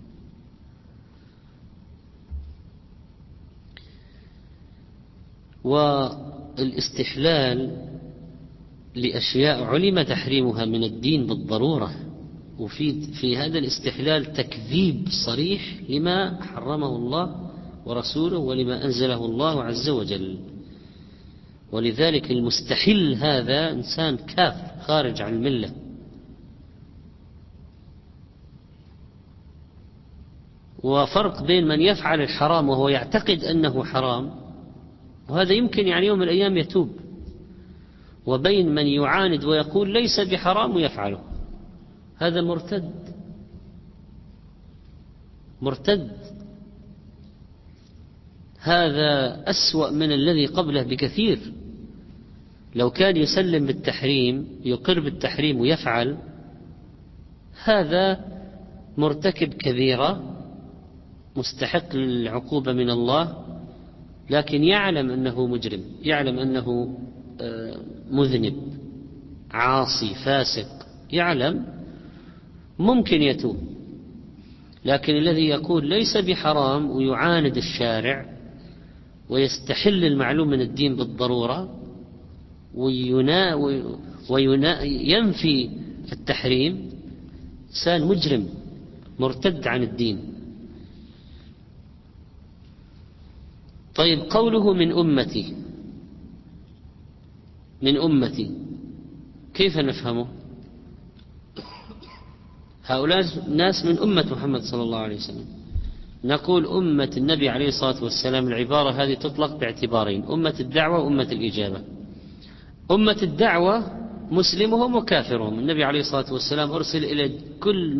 Speaker 1: والاستحلال لأشياء علم تحريمها من الدين بالضرورة، وفي هذا الاستحلال تكذيب صريح لما حرمه الله ورسوله ولما أنزله الله عز وجل. ولذلك المستحل هذا إنسان كافر خارج عن الملة. وفرق بين من يفعل الحرام وهو يعتقد أنه حرام، وهذا يمكن يعني يوم من الأيام يتوب، وبين من يعاند ويقول ليس بحرام ويفعله، هذا مرتد. مرتد هذا أسوأ من الذي قبله بكثير. لو كان يسلم بالتحريم، يقر بالتحريم ويفعل، هذا مرتكب كبيرة مستحق للعقوبة من الله، لكن يعلم أنه مجرم، يعلم أنه مذنب عاصي فاسق، يعلم، ممكن يتوب. لكن الذي يقول ليس بحرام ويعاند الشارع ويستحل المعلوم من الدين بالضرورة وينفي التحريم، إنسان مجرم مرتد عن الدين. طيب، قوله من أمتي، من أمتي، كيف نفهمه؟ هؤلاء ناس من أمة محمد صلى الله عليه وسلم. نقول أمة النبي عليه الصلاة والسلام، العبارة هذه تطلق باعتبارين: أمة الدعوة وأمة الإجابة. أمة الدعوة مسلمهم وكافرهم. النبي عليه الصلاة والسلام أرسل إلى كل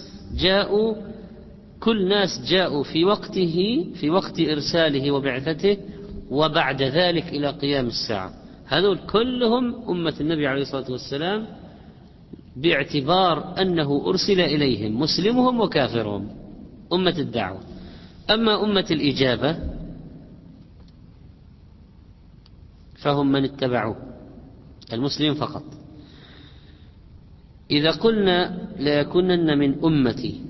Speaker 1: ناس جاءوا في وقته، في وقت إرساله وبعثته، وبعد ذلك إلى قيام الساعة. هذول كلهم أمة النبي عليه الصلاة والسلام، باعتبار أنه أرسل إليهم مسلمهم وكافرهم، أمة الدعوة. أما أمة الإجابة فهم من اتبعوه، المسلم فقط. إذا قلنا ليكونن من أمتي،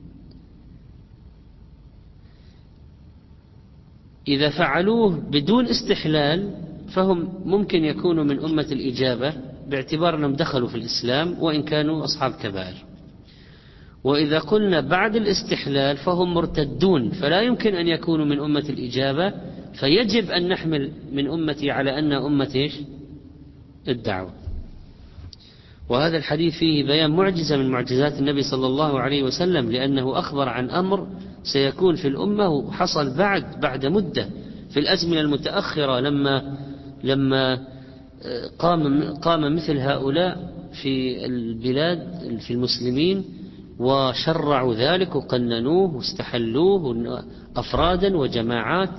Speaker 1: إذا فعلوه بدون استحلال فهم ممكن يكونوا من أمة الإجابة باعتبار أنهم دخلوا في الإسلام وإن كانوا أصحاب كبائر. وإذا قلنا بعد الاستحلال فهم مرتدون، فلا يمكن أن يكونوا من أمة الإجابة، فيجب أن نحمل من أمتي على أن أمة الدعوة. وهذا الحديث فيه بيان معجزة من معجزات النبي صلى الله عليه وسلم، لأنه أخبر عن أمر سيكون في الأمة وحصل بعد مدة في الأزمنة المتأخرة، لما قام مثل هؤلاء في البلاد في المسلمين وشرعوا ذلك وقننوه واستحلوه أفرادا وجماعات.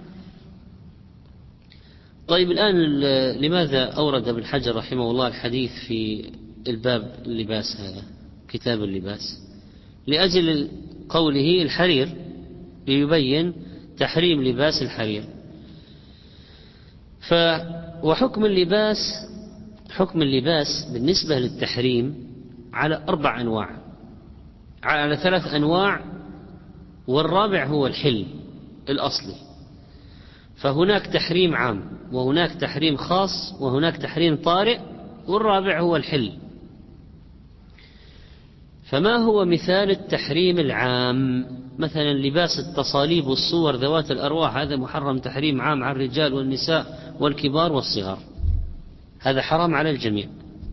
Speaker 1: طيب الآن لماذا أورد ابن حجر رحمه الله الحديث في الباب اللباس هذا، كتاب اللباس؟ لأجل قوله الحرير، ليبين تحريم لباس الحرير. وحكم اللباس بالنسبة للتحريم على 4 أنواع، على 3 أنواع، والرابع هو الحل الأصلي. فهناك تحريم عام، وهناك تحريم خاص، وهناك تحريم طارئ، والرابع هو الحل. فما هو مثال التحريم العام؟ مثلا لباس التصاليب والصور ذوات الأرواح، هذا محرم تحريم عام على الرجال والنساء والكبار والصغار، هذا حرام على الجميع.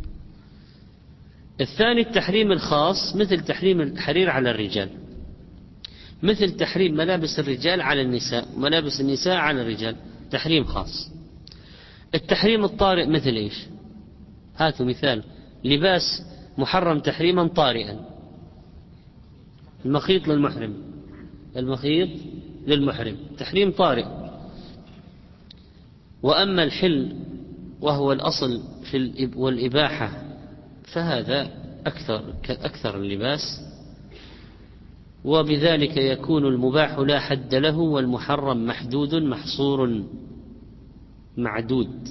Speaker 1: الثاني التحريم الخاص، مثل تحريم الحرير على الرجال، مثل تحريم ملابس الرجال على النساء، ملابس النساء على الرجال، تحريم خاص. التحريم الطارئ مثل إيش؟ هاتوا مثال لباس محرم تحريما طارئا: المخيط للمحرم تحريم طارئ. وأما الحل وهو الأصل والإباحة فهذا أكثر اللباس، وبذلك يكون المباح لا حد له، والمحرم محدود محصور معدود.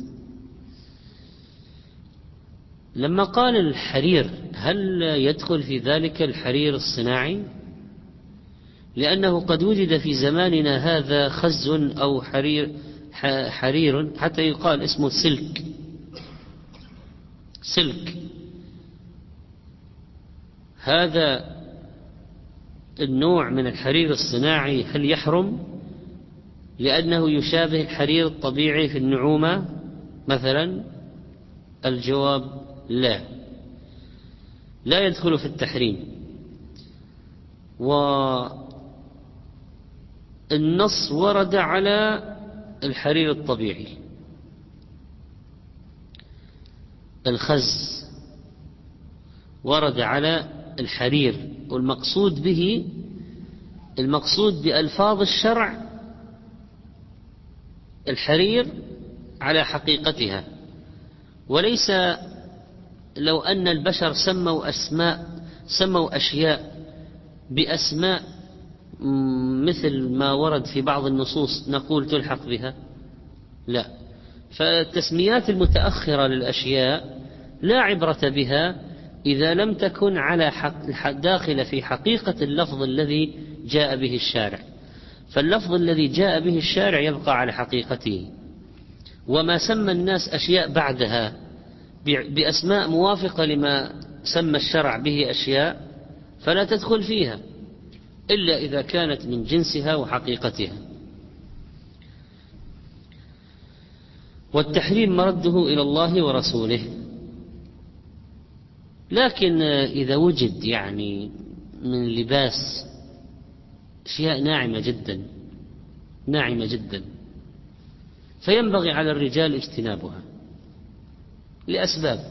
Speaker 1: لما قال الحرير، هل يدخل في ذلك الحرير الصناعي؟ لأنه قد وجد في زماننا هذا خز أو حرير حتى يقال اسمه سلك. هذا النوع من الحرير الصناعي هل يحرم لأنه يشابه الحرير الطبيعي في النعومة مثلا؟ الجواب لا يدخل في التحريم. والنص ورد على الحرير الطبيعي، الخز ورد على الحرير، والمقصود بألفاظ الشرع الحرير على حقيقتها، وليس لو أن البشر سموا أشياء بأسماء مثل ما ورد في بعض النصوص نقول تلحق بها، لا. فالتسميات المتأخرة للأشياء لا عبرة بها إذا لم تكن داخل في حقيقة اللفظ الذي جاء به الشارع. فاللفظ الذي جاء به الشارع يبقى على حقيقته، وما سمى الناس أشياء بعدها بأسماء موافقة لما سمى الشرع به أشياء فلا تدخل فيها إلا إذا كانت من جنسها وحقيقتها. والتحريم مرده إلى الله ورسوله. لكن إذا وجد يعني من لباس أشياء ناعمة جدا ناعمة جدا، فينبغي على الرجال اجتنابها لأسباب،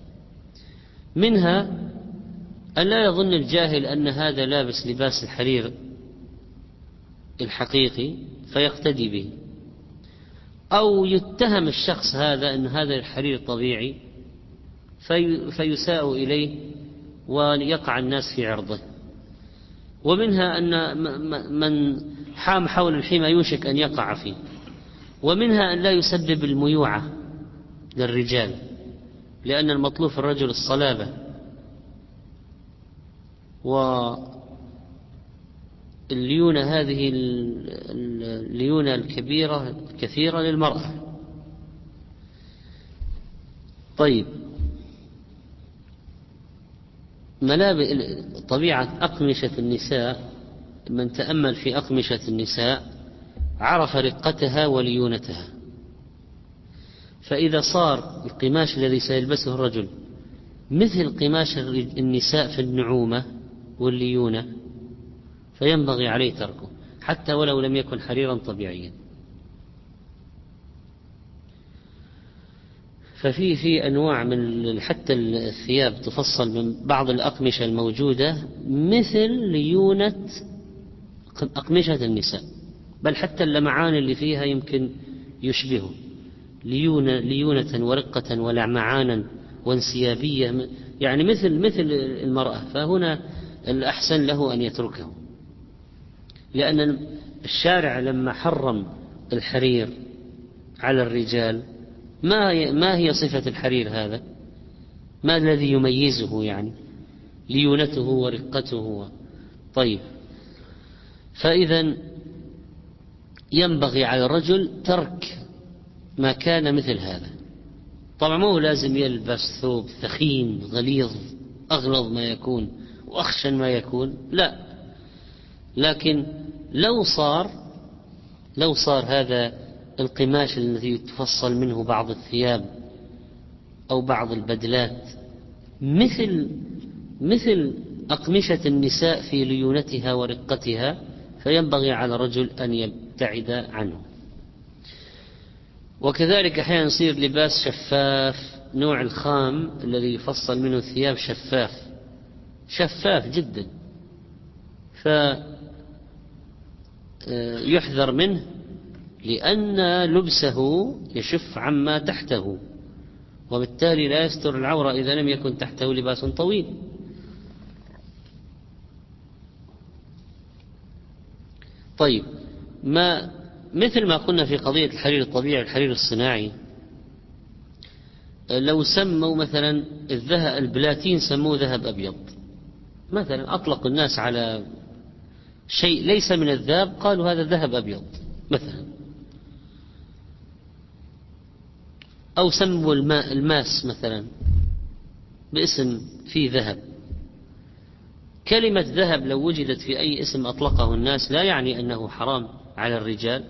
Speaker 1: منها أن لا يظن الجاهل أن هذا لابس لباس الحرير الحقيقي فيقتدي به، أو يتهم الشخص هذا أن هذا الحرير طبيعي فيساء إليه ويقع الناس في عرضه. ومنها أن من حام حول الحمى يوشك أن يقع فيه. ومنها أن لا يسبب الميوعة للرجال، لأن المطلوب في الرجل الصلابة، والليونة هذه الليونة الكبيرة كثيرة للمرأة. طيب، طبيعة أقمشة النساء، من تأمل في أقمشة النساء عرف رقتها وليونتها. فإذا صار القماش الذي سيلبسه الرجل مثل قماش النساء في النعومة والليونة فينبغي عليه تركه، حتى ولو لم يكن حريرا طبيعيا. ففي أنواع من حتى الثياب تفصل من بعض الأقمشة الموجودة مثل ليونة أقمشة النساء، بل حتى اللمعان اللي فيها يمكن يشبهه ليونة ورقة ولمعانا وانسيابية، يعني مثل المرأة. فهنا الأحسن له أن يتركه، لأن الشارع لما حرم الحرير على الرجال ما هي صفة الحرير هذا؟ ما الذي يميزه؟ يعني ليونته ورقته. طيب، فإذا ينبغي على الرجل ترك ما كان مثل هذا. طبعا مو لازم يلبس ثوب ثخين غليظ أغلظ ما يكون وأخشن ما يكون، لا، لكن لو صار هذا القماش الذي تفصل منه بعض الثياب أو بعض البدلات مثل أقمشة النساء في ليونتها ورقتها، فينبغي على الرجل أن يبتعد عنه. وكذلك أحيانا يصير لباس شفاف، نوع الخام الذي يفصل منه الثياب شفاف جدا، فيحذر منه، لأن لبسه يشف عما تحته، وبالتالي لا يستر العورة إذا لم يكن تحته لباس طويل. طيب، مثل ما قلنا في قضية الحرير الطبيعي والحرير الصناعي، لو سموا مثلا الذهب البلاتين سموه ذهب أبيض مثلا، أطلق الناس على شيء ليس من الذهب قالوا هذا ذهب أبيض مثلا، أو سموا الماس مثلا باسم فيه ذهب. كلمة ذهب لو وجدت في أي اسم أطلقه الناس لا يعني أنه حرام على الرجال،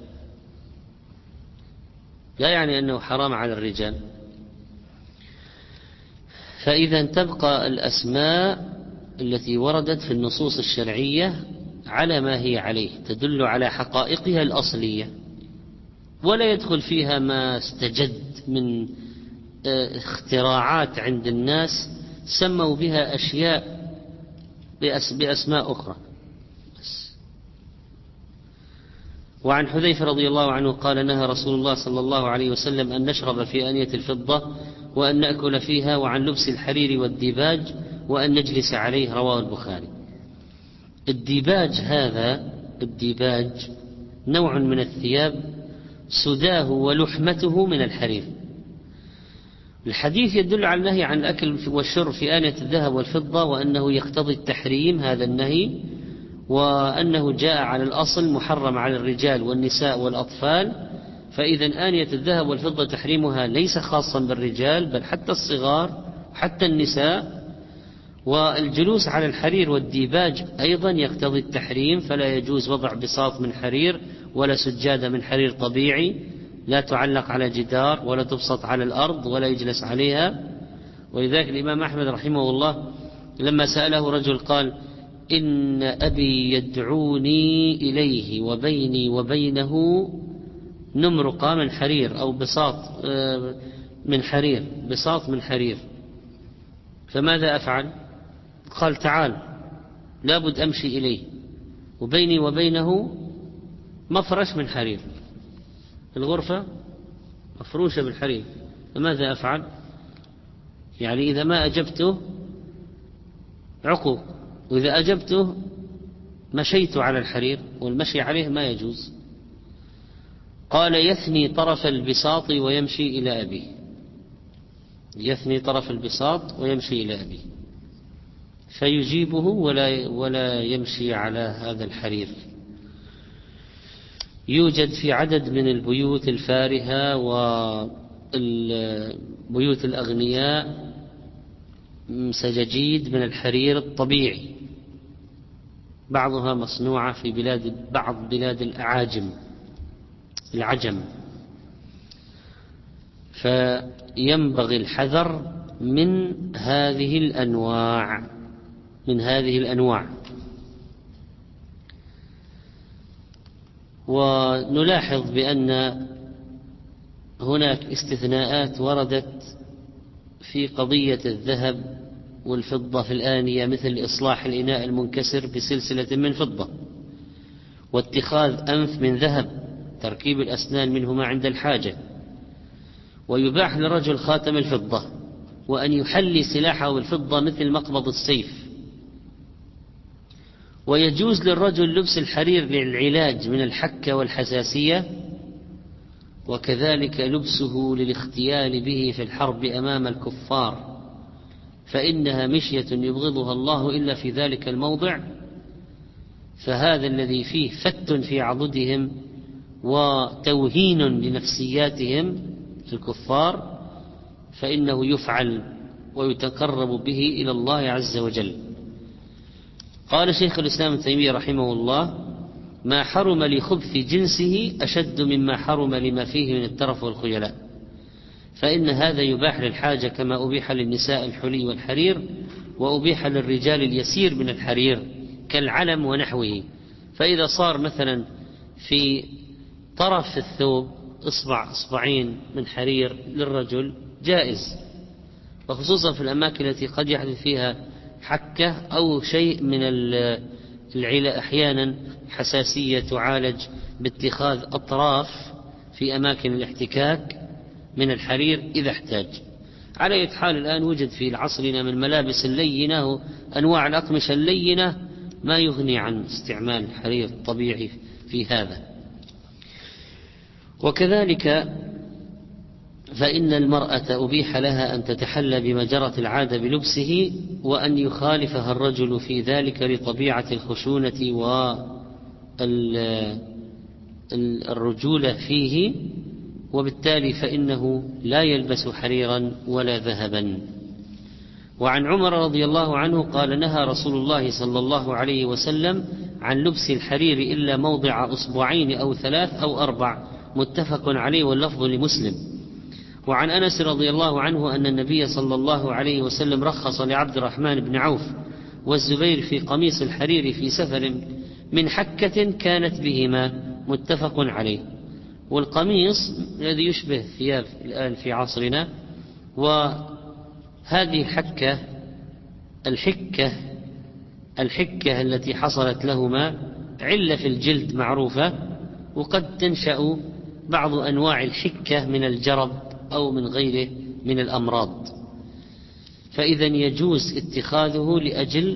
Speaker 1: لا يعني أنه حرام على الرجال. فإذا تبقى الأسماء التي وردت في النصوص الشرعية على ما هي عليه، تدل على حقائقها الأصلية، ولا يدخل فيها ما استجد من اختراعات عند الناس سموا بها أشياء بأسماء أخرى. وعن حذيفة رضي الله عنه قال: نهى رسول الله صلى الله عليه وسلم أن نشرب في آنية الفضة وأن نأكل فيها، وعن لبس الحرير والديباج وأن نجلس عليه. رواه البخاري. الديباج نوع من الثياب سداه ولحمته من الحرير. الحديث يدل على النهي عن الأكل والشرب في آنية الذهب والفضة، وأنه يقتضي التحريم هذا النهي، وأنه جاء على الأصل محرم على الرجال والنساء والأطفال. فإذا آنية الذهب والفضة تحريمها ليس خاصا بالرجال بل حتى الصغار حتى النساء. والجلوس على الحرير والديباج أيضا يقتضي التحريم، فلا يجوز وضع بساط من حرير ولا سجادة من حرير طبيعي، لا تعلق على جدار ولا تبسط على الأرض ولا يجلس عليها. ولذلك الإمام أحمد رحمه الله لما سأله رجل قال: إن أبي يدعوني إليه وبيني وبينه نمرقة من حرير أو بساط من حرير، بساط من حرير، فماذا أفعل؟ قال: تعال، لابد أمشي إليه، وبيني وبينه مفرش من حرير، الغرفة مفروشة بالحرير، فماذا أفعل؟ يعني إذا ما أجبته عقوق، وإذا أجبته مشيت على الحرير، والمشي عليه ما يجوز. قال: يثني طرف البساط ويمشي إلى أبيه، يثني طرف البساط ويمشي إلى أبيه، فيجيبه ولا يمشي على هذا الحرير. يوجد في عدد من البيوت الفارهة والبيوت الأغنياء سجاجيد من الحرير الطبيعي، بعضها مصنوعة في بعض بلاد العجم، فينبغي الحذر من هذه الأنواع. ونلاحظ بأن هناك استثناءات وردت في قضية الذهب والفضة في الآنية، مثل إصلاح الإناء المنكسر بسلسلة من فضة، واتخاذ أنف من ذهب، تركيب الأسنان منهما عند الحاجة، ويباح للرجل خاتم الفضة، وأن يحلي سلاحه بالفضة مثل مقبض السيف، ويجوز للرجل لبس الحرير للعلاج من الحكة والحساسية، وكذلك لبسه للاختيال به في الحرب أمام الكفار، فإنها مشية يبغضها الله إلا في ذلك الموضع، فهذا الذي فيه فت في عضدهم وتوهين لنفسياتهم الكفار، فإنه يفعل ويتقرب به إلى الله عز وجل. قال شيخ الإسلام ابن تيمية رحمه الله: ما حرم لخبث جنسه أشد مما حرم لما فيه من الترف والخيلاء، فإن هذا يباح للحاجة كما أبيح للنساء الحلي والحرير، وأبيح للرجال اليسير من الحرير كالعلم ونحوه. فإذا صار مثلا في طرف الثوب إصبعين من حرير للرجل جائز، وخصوصا في الأماكن التي قد يحدث فيها حكة أو شيء من العلاء، أحيانا حساسية تعالج باتخاذ أطراف في أماكن الاحتكاك من الحرير إذا احتاج. على أي حال الآن وجد في عصرنا من ملابس اللينة وأنواع الأقمشة اللينة ما يغني عن استعمال الحرير الطبيعي في هذا. وكذلك فإن المرأة أبيح لها أن تتحلى بما جرت العادة بلبسه، وأن يخالفها الرجل في ذلك لطبيعة الخشونة والرجولة فيه، وبالتالي فإنه لا يلبس حريرا ولا ذهبا. وعن عمر رضي الله عنه قال: نهى رسول الله صلى الله عليه وسلم عن لبس الحرير إلا موضع أصبعين أو 3 أو 4، متفق عليه واللفظ لمسلم. وعن أنس رضي الله عنه أن النبي صلى الله عليه وسلم رخص لعبد الرحمن بن عوف والزبير في قميص الحرير في سفر من حكة كانت بهما، متفق عليه. والقميص الذي يشبه ثياب الآن في عصرنا، وهذه الحكة التي حصلت لهما علة في الجلد معروفة، وقد تنشأ بعض أنواع الحكة من الجرب أو من غيره من الأمراض، فإذا يجوز اتخاذه لأجل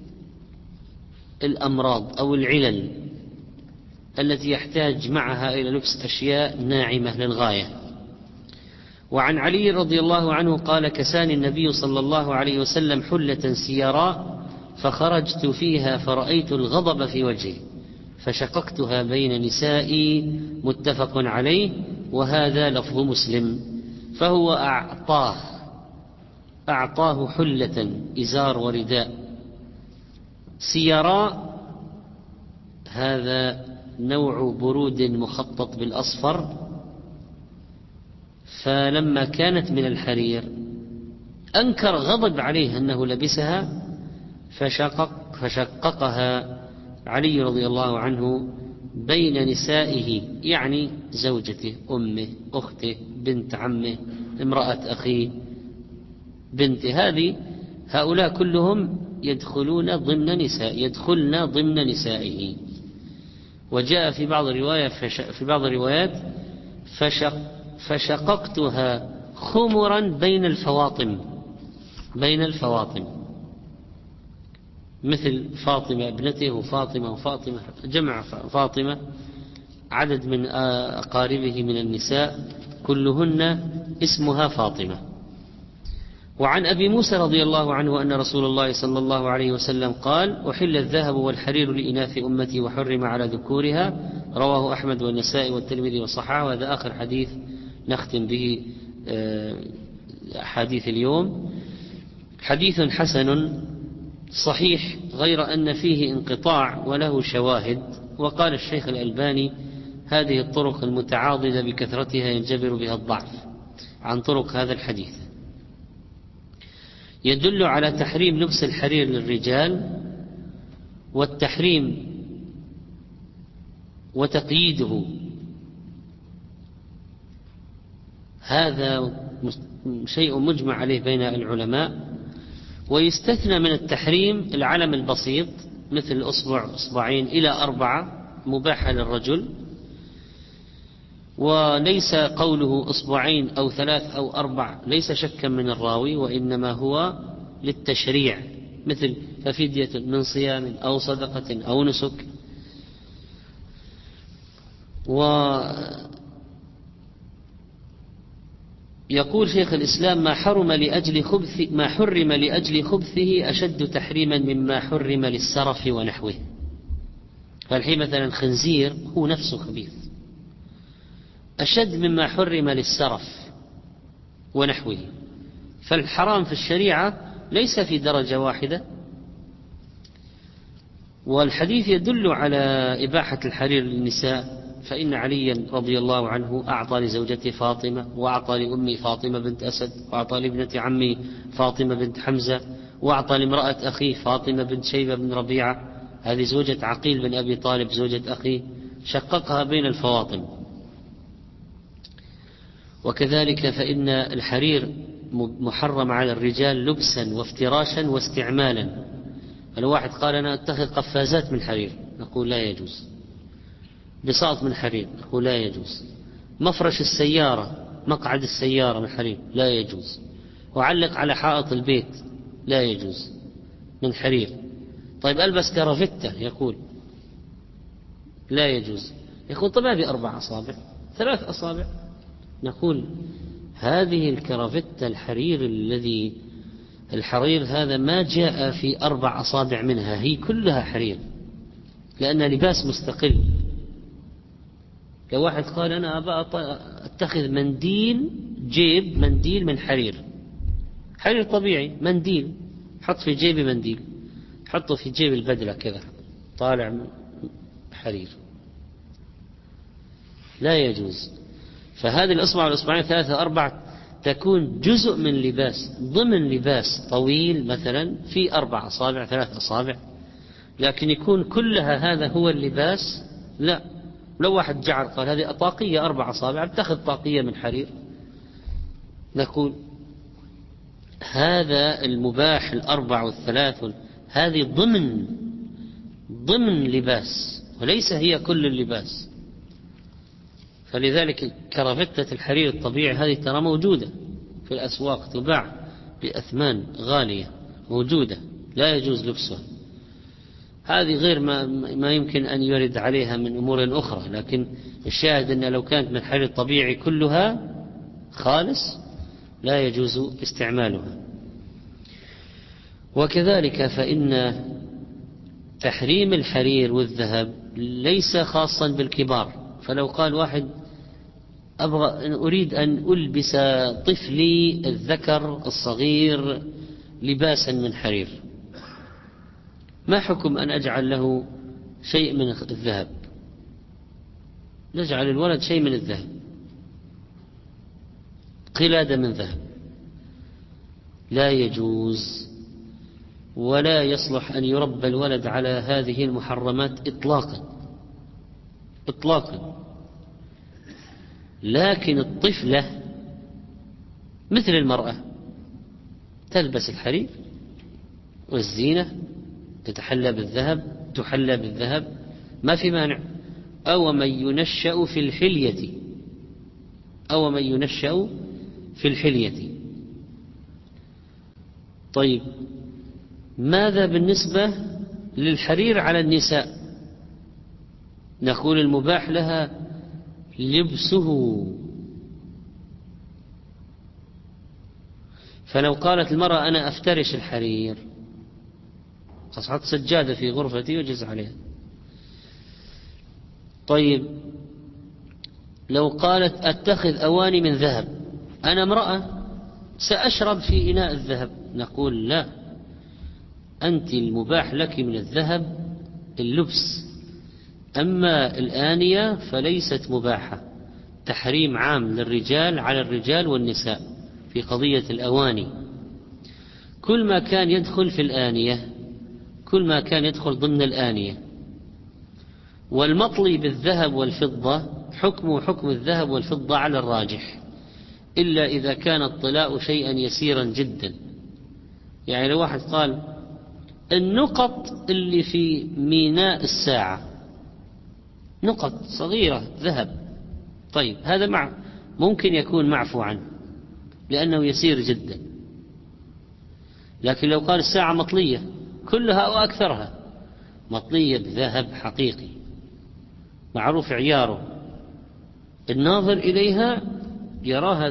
Speaker 1: الأمراض أو العلل التي يحتاج معها إلى لبس أشياء ناعمة للغاية. وعن علي رضي الله عنه قال: كساني النبي صلى الله عليه وسلم حلة سيراء فخرجت فيها فرأيت الغضب في وجهي فشققتها بين نسائي، متفق عليه، وهذا لفظ مسلم. فهو أعطاه حلة إزار ورداء سيراء، هذا نوع برود مخطط بالأصفر فلما كانت من الحرير أنكر، غضب عليه أنه لبسها، فشققها علي رضي الله عنه بين نسائه، يعني زوجته، أمه، أخته، بنت عمه، امرأة أخيه، بنته، هؤلاء كلهم يدخلن ضمن نسائه. وجاء في بعض الروايات فشققتها خمرا بين الفواطم، مثل فاطمة ابنته وفاطمة جمع فاطمة، عدد من أقاربه من النساء كلهن اسمها فاطمة. وعن أبي موسى رضي الله عنه أن رسول الله صلى الله عليه وسلم قال: أحل الذهب والحرير لإناث أمتي وحرم على ذكورها. رواه أحمد والنسائي والترمذي وصححه. وهذا آخر حديث نختم به حديث اليوم. حديث حسن صحيح، غير أن فيه انقطاع وله شواهد. وقال الشيخ الألباني: هذه الطرق المتعاضدة بكثرتها ينجبر بها الضعف عن طرق هذا الحديث. يدل على تحريم لبس الحرير للرجال، والتحريم وتقييده هذا شيء مجمع عليه بين العلماء. ويستثنى من التحريم العلم البسيط مثل الأصبع، أصبعين إلى 4 مباحة للرجل، وليس قوله أصبعين أو 3 أو 4 ليس شكا من الراوي، وإنما هو للتشريع، مثل ففدية من صيام أو صدقة أو نسك. ويقول شيخ الإسلام: ما حرم لأجل خبثه أشد تحريما مما حرم للسرف ونحوه. فالحين مثلا خنزير هو نفسه خبيث، أشد مما حرم للسرف ونحوه. فالحرام في الشريعة ليس في درجة واحدة. والحديث يدل على إباحة الحرير للنساء، فإن عليا رضي الله عنه أعطى لزوجته فاطمة، وأعطى لأمي فاطمة بنت أسد، وأعطى لابنة عمي فاطمة بنت حمزة، وأعطى لامرأة أخيه فاطمة بنت شيبة بن ربيعة، هذه زوجة عقيل بن أبي طالب زوجة أخيه، شققها بين الفواطم. وكذلك فإن الحرير محرم على الرجال لبسا وافتراشا واستعمالا. فلو واحد قال: أنا أتخذ قفازات من حرير، نقول لا يجوز. بساط من حرير، نقول لا يجوز. مفرش السيارة، مقعد السيارة من حرير، لا يجوز. وعلق على حائط البيت، لا يجوز، من حرير. طيب ألبس كرافتة، يقول لا يجوز. يقول: طيب هذه 4 أصابع 3 أصابع، نقول هذه الكرافتة الحرير هذا ما جاء في 4 أصابع منها، هي كلها حرير، لأنها لباس مستقل. لو واحد قال: أنا أبغى أتخذ جيب منديل من حرير طبيعي، منديل، حط في جيبي منديل، حطه في جيب البدلة كذا طالع من حرير، لا يجوز. فهذه الأصبع والأصبعين 3 و4 تكون جزء من لباس، ضمن لباس طويل مثلا في 4 أصابع 3 أصابع، لكن يكون كلها هذا هو اللباس، لا. لو واحد جعل قال: هذه طاقية 4 أصابع، اتخذ طاقية من حرير، نقول هذا المباح 4 و3 هذه ضمن لباس، وليس هي كل اللباس. فلذلك كرافتة الحرير الطبيعي هذه ترى موجودة في الأسواق، تباع بأثمان غالية، موجودة، لا يجوز لبسها. هذه غير ما يمكن أن يرد عليها من أمور أخرى، لكن الشاهد أن لو كانت من حرير طبيعي كلها خالص لا يجوز استعمالها. وكذلك فإن تحريم الحرير والذهب ليس خاصا بالكبار. فلو قال واحد: أريد أن ألبس طفلي الذكر الصغير لباسا من حرير، ما حكم أن أجعل له شيء من الذهب؟ نجعل الولد شيء من الذهب، قلادة من ذهب لا يجوز، ولا يصلح أن يربى الولد على هذه المحرمات إطلاقا. لكن الطفلة مثل المرأة تلبس الحرير والزينة، تحلى بالذهب، ما في مانع. أو من ينشأ في الحلية. طيب، ماذا بالنسبة للحرير على النساء؟ نقول المباح لها لبسه. فلو قالت المرأة أنا أفترش الحرير، أصحت سجادة في غرفتي وجز عليها. طيب، لو قالت أتخذ أواني من ذهب، أنا امرأة سأشرب في إناء الذهب، نقول لا، أنت المباح لك من الذهب اللبس، أما الآنية فليست مباحة. تحريم عام للرجال على الرجال والنساء في قضية الأواني. كل ما كان يدخل في الآنية، كل ما كان يدخل ضمن الآنية. والمطلي بالذهب والفضة حكمه حكم الذهب والفضة على الراجح، إلا إذا كان الطلاء شيئا يسيرا جدا. يعني لو واحد قال النقط اللي في ميناء الساعة نقط صغيرة ذهب، طيب هذا ممكن يكون معفو عنه لأنه يسير جدا. لكن لو قال الساعة مطلية كلها أو أكثرها مطلية بذهب حقيقي معروف عياره، الناظر إليها يراها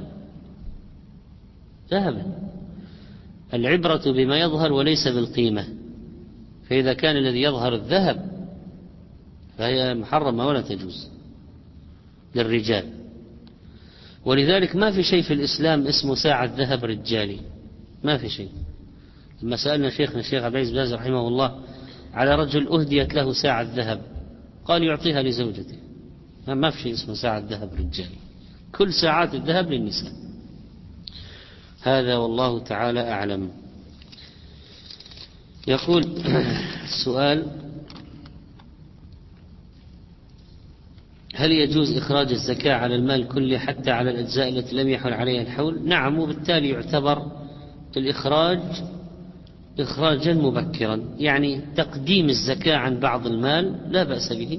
Speaker 1: ذهبا. العبرة بما يظهر وليس بالقيمة، فإذا كان الذي يظهر الذهب فهي محرمة ولا تجوز للرجال. ولذلك ما في شيء في الإسلام اسمه ساعة ذهب رجالي، ما في شيء. لما سألنا شيخنا الشيخ عبد العزيز بن باز رحمه الله على رجل أهديت له ساعة ذهب، قال يعطيها لزوجته، ما في شيء اسمه ساعة ذهب رجالي، كل ساعات الذهب للنساء. هذا والله تعالى أعلم. يقول السؤال: هل يجوز إخراج الزكاة على المال كله حتى على الأجزاء التي لم يحل عليها الحول؟ نعم، وبالتالي يعتبر الإخراج إخراجا مبكرا، يعني تقديم الزكاة عن بعض المال لا بأس به.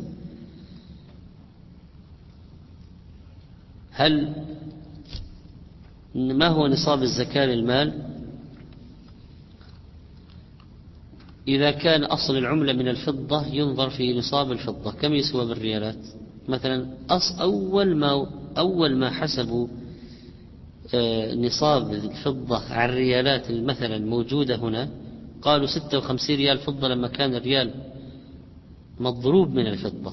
Speaker 1: ما هو نصاب الزكاة للمال؟ إذا كان أصل العملة من الفضة ينظر في نصاب الفضة كم يسوى بالريالات. مثلا أول ما حسبوا نصاب الفضة على الريالات مثلا موجودة هنا، قالوا 56 ريال فضة لما كان الريال مضروب من الفضة.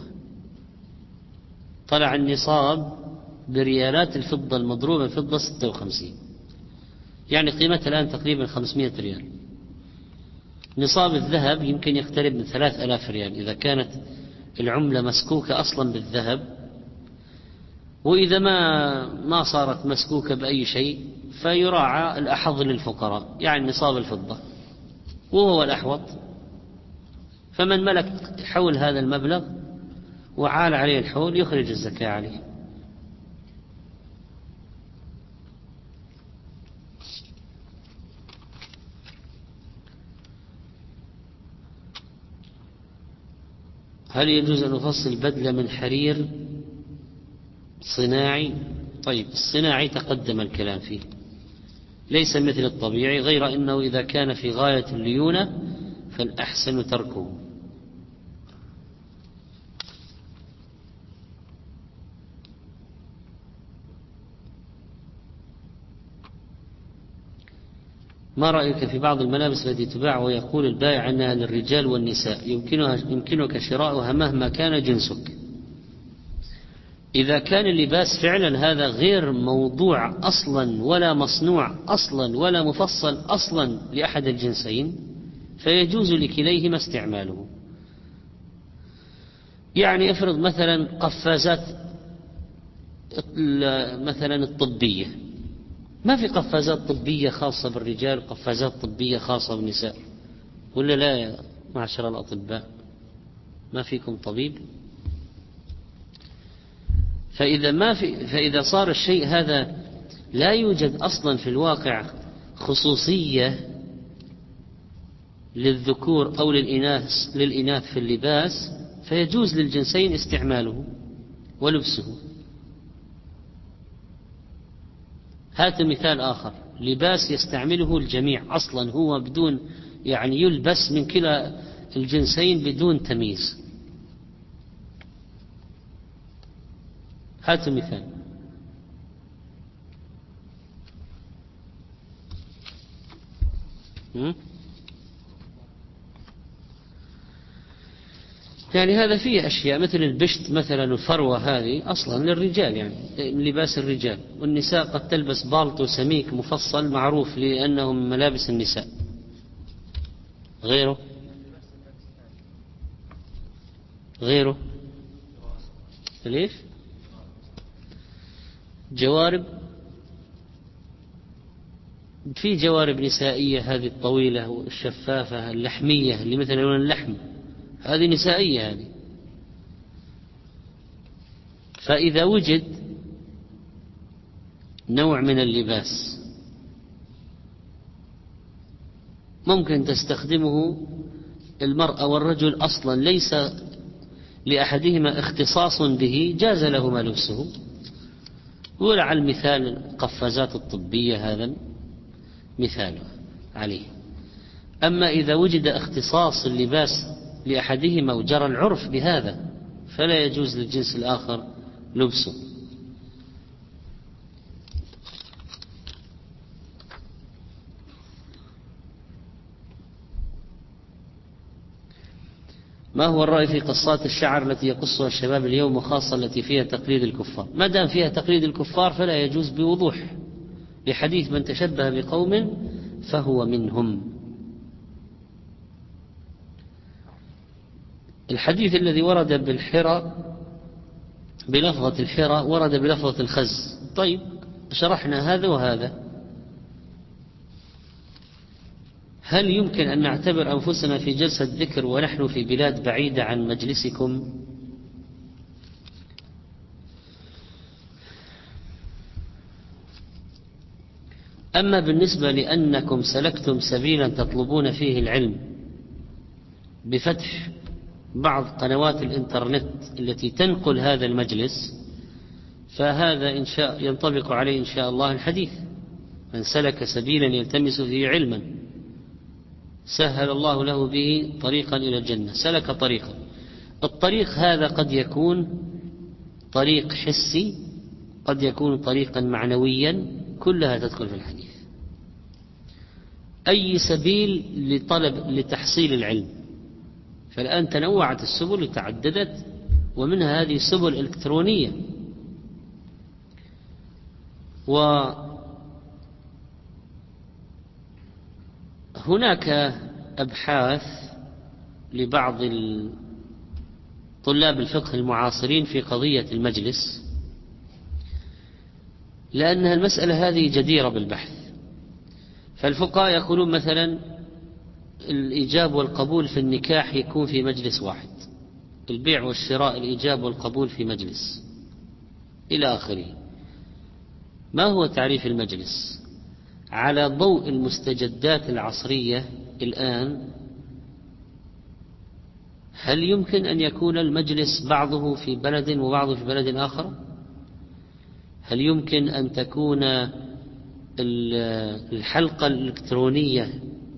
Speaker 1: طلع النصاب بريالات الفضة المضروبة الفضة 56، يعني قيمتها الآن تقريبا 500 ريال. نصاب الذهب يمكن يقترب من 3000 ريال إذا كانت العملة مسكوكة أصلا بالذهب، وإذا ما صارت مسكوكة بأي شيء فيراعى الأحظ للفقراء، يعني نصاب الفضة وهو الأحوط. فمن ملك حول هذا المبلغ وعال عليه الحول يخرج الزكاة عليه. هل يجوز أن نفصل بدلة من حرير صناعي؟ طيب، الصناعي تقدم الكلام فيه، ليس مثل الطبيعي، غير أنه إذا كان في غاية الليونة فالأحسن تركه. ما رأيك في بعض الملابس التي تباع ويقول البائع أنها للرجال والنساء يمكنك شراؤها مهما كان جنسك؟ إذا كان اللباس فعلا هذا غير موضوع أصلا ولا مصنوع أصلا ولا مفصل أصلا لأحد الجنسين فيجوز لكليهما استعماله. يعني افرض مثلا قفازات مثلا الطبية ما في قفازات طبية خاصة بالرجال وقفازات طبية خاصة بالنساء، ولا لا يا معشر الأطباء؟ ما فيكم طبيب؟ فإذا صار الشيء هذا لا يوجد أصلا في الواقع خصوصية للذكور أو للإناث في اللباس، فيجوز للجنسين استعماله ولبسه. هات مثال آخر، لباس يستعمله الجميع أصلا، هو بدون يعني يلبس من كلا الجنسين بدون تمييز. هات مثال. يعني هذا فيه أشياء مثل البشت مثلا، الفروة هذه أصلا للرجال، يعني لباس الرجال، والنساء قد تلبس بالطو سميك مفصل معروف لأنه من ملابس النساء. غيره ليش؟ جوارب، في جوارب نسائية، هذه الطويلة والشفافة اللحمية اللي مثل لون اللحم، هذه نسائية هذه. فإذا وجد نوع من اللباس ممكن تستخدمه المرأة والرجل، أصلا ليس لأحدهما اختصاص به، جاز لهما لبسه. ولعل المثال القفازات الطبية هذا مثال عليه. أما إذا وجد اختصاص اللباس لأحدهما وجرى العرف بهذا، فلا يجوز للجنس الآخر لبسه. ما هو الرأي في قصات الشعر التي يقصها الشباب اليوم، وخاصة التي فيها تقليد الكفار؟ ما دام فيها تقليد الكفار فلا يجوز بوضوح، لحديث من تشبه بقوم فهو منهم. الحديث الذي ورد بالحرى بلفظة الحرى ورد بلفظة الخز. طيب شرحنا هذا وهذا. هل يمكن أن نعتبر أنفسنا في جلسة ذكر ونحن في بلاد بعيدة عن مجلسكم؟ أما بالنسبة لأنكم سلكتم سبيلا تطلبون فيه العلم بفتح بعض قنوات الإنترنت التي تنقل هذا المجلس، فهذا إن شاء ينطبق عليه إن شاء الله الحديث: من سلك سبيلا يلتمس فيه علما سهل الله له به طريقا إلى الجنة. سلك طريقا، الطريق هذا قد يكون طريق حسي، قد يكون طريقا معنويا، كلها تدخل في الحديث. أي سبيل لتحصيل العلم. فالآن تنوعت السبل وتعددت، ومنها هذه السبل الإلكترونية. وهناك أبحاث لبعض طلاب الفقه المعاصرين في قضية المجلس، لأن المسألة هذه جديرة بالبحث. فالفقهاء يقولون مثلا الإيجاب والقبول في النكاح يكون في مجلس واحد، البيع والشراء الإيجاب والقبول في مجلس، إلى آخره. ما هو تعريف المجلس على ضوء المستجدات العصرية الآن؟ هل يمكن أن يكون المجلس بعضه في بلد وبعضه في بلد آخر؟ هل يمكن أن تكون الحلقة الإلكترونية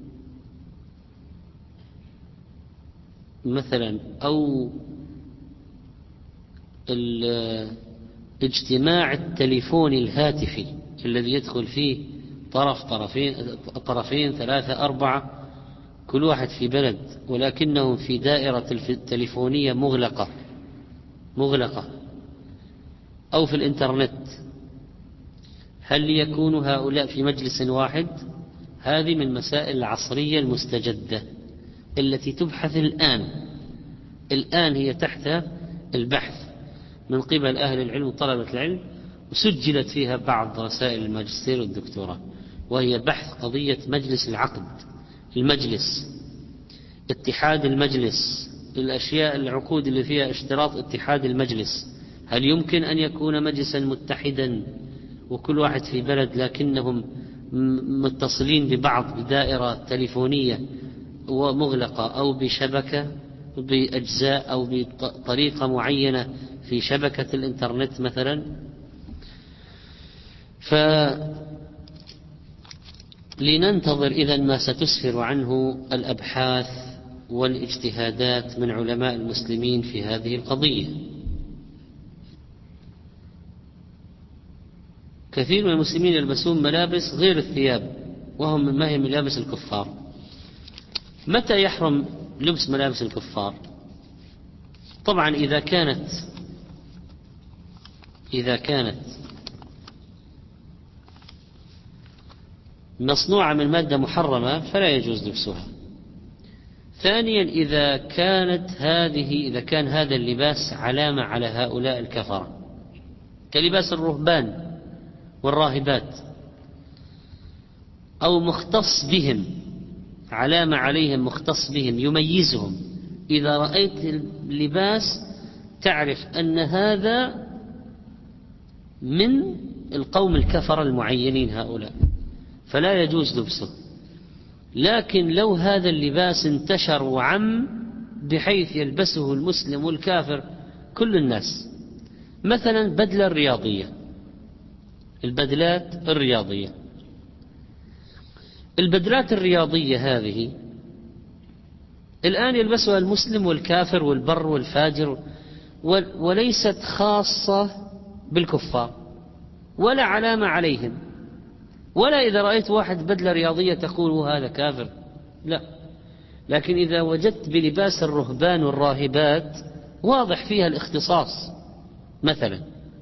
Speaker 1: مثلا، أو الاجتماع التليفوني الهاتفي الذي يدخل فيه طرفين ثلاثة أربعة، كل واحد في بلد ولكنهم في دائرة التليفونية مغلقة، أو في الإنترنت، هل يكون هؤلاء في مجلس واحد؟ هذه من المسائل العصرية المستجدة التي تبحث الآن هي تحت البحث من قبل أهل العلم وطلبة العلم، وسجلت فيها بعض رسائل الماجستير والدكتوراه، وهي بحث قضية مجلس العقد، المجلس، اتحاد المجلس، الأشياء العقود اللي فيها اشتراط اتحاد المجلس، هل يمكن أن يكون مجلسا متحدا وكل واحد في بلد لكنهم متصلين ببعض بدائرة تليفونية ومغلقة أو بشبكة بأجزاء أو بطريقة معينة في شبكة الإنترنت مثلا. فلننتظر إذن ما ستسفر عنه الأبحاث والاجتهادات من علماء المسلمين في هذه القضية. كثير من المسلمين يلبسون ملابس غير الثياب وهم ما هي ملابس الكفار. متى يحرم لبس ملابس الكفار؟ طبعا إذا كانت مصنوعة من مادة محرمة فلا يجوز لبسها. ثانيا إذا كان هذا اللباس علامة على هؤلاء الكفرة كلباس الرهبان والراهبات، أو مختص بهم، علامة عليهم مختص بهم يميزهم، إذا رأيت اللباس تعرف أن هذا من القوم الكفر المعينين هؤلاء، فلا يجوز لبسه. لكن لو هذا اللباس انتشر وعم بحيث يلبسه المسلم والكافر كل الناس، مثلا بدلة الرياضية، البدلات الرياضية هذه الآن يلبسها المسلم والكافر والبر والفاجر، وليست خاصة بالكفار ولا علامة عليهم، ولا إذا رأيت واحد بدلة رياضية تقول هذا كافر، لا. لكن إذا وجدت بلباس الرهبان والراهبات واضح فيها الاختصاص مثلا،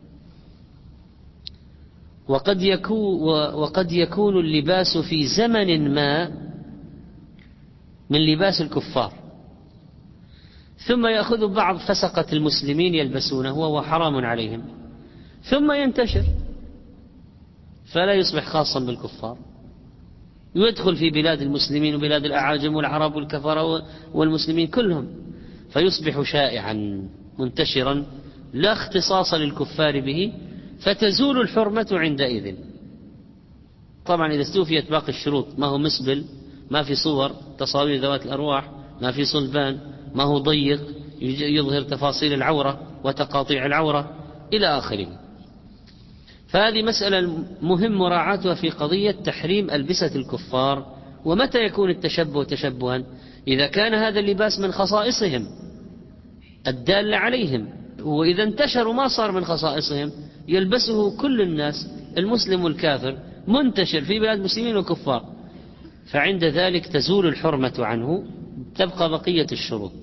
Speaker 1: وقد يكون اللباس في زمن ما من لباس الكفار، ثم يأخذ بعض فسقة المسلمين يلبسونه وهو حرام عليهم، ثم ينتشر فلا يصبح خاصا بالكفار، يدخل في بلاد المسلمين وبلاد الأعاجم والعرب والكفار والمسلمين كلهم، فيصبح شائعا منتشرا لا اختصاص للكفار به، فتزول الحرمة عندئذ. طبعا إذا استوفيت باقي الشروط، ما هو مسبل، ما في صور تصاوير ذوات الأرواح، ما في صلبان، ما هو ضيق يظهر تفاصيل العورة وتقاطيع العورة إلى آخره. فهذه مسألة مهم مراعاتها في قضية تحريم ألبسة الكفار. ومتى يكون التشبه تشبها؟ إذا كان هذا اللباس من خصائصهم الدالة عليهم، وإذا انتشروا ما صار من خصائصهم يلبسه كل الناس المسلم والكافر منتشر في بلاد المسلمين والكفار، فعند ذلك تزول الحرمة عنه، تبقى بقية الشروط.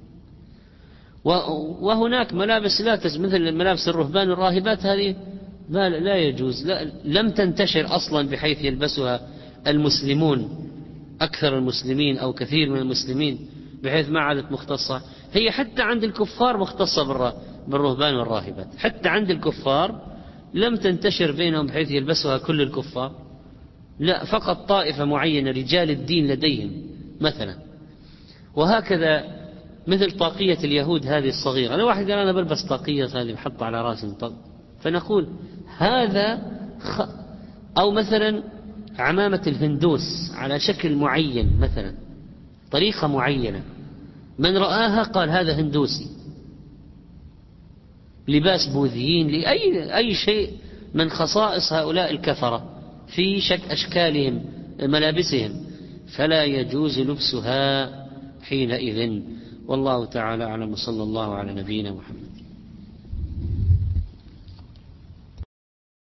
Speaker 1: وهناك ملابس لا مثل ملابس الرهبان والراهبات، هذه لا يجوز، لم تنتشر أصلا بحيث يلبسها المسلمون، أكثر المسلمين أو كثير من المسلمين، بحيث ما عادت مختصة. هي حتى عند الكفار مختصة بالرهبان والراهبات، حتى عند الكفار لم تنتشر بينهم بحيث يلبسها كل الكفار، لا، فقط طائفة معينة رجال الدين لديهم مثلا. وهكذا مثل طاقية اليهود هذه الصغيرة، لو واحد قال أنا بلبس طاقية هذه بحط على رأسي فنقول هذا أو مثلا عمامة الهندوس على شكل معين مثلا، طريقة معينة، من رآها قال هذا هندوسي. لباس بوذيين لأي شيء من خصائص هؤلاء الكفرة في أشكالهم ملابسهم، فلا يجوز لبسها حينئذ. والله تعالى أعلم، صلى الله على نبينا محمد.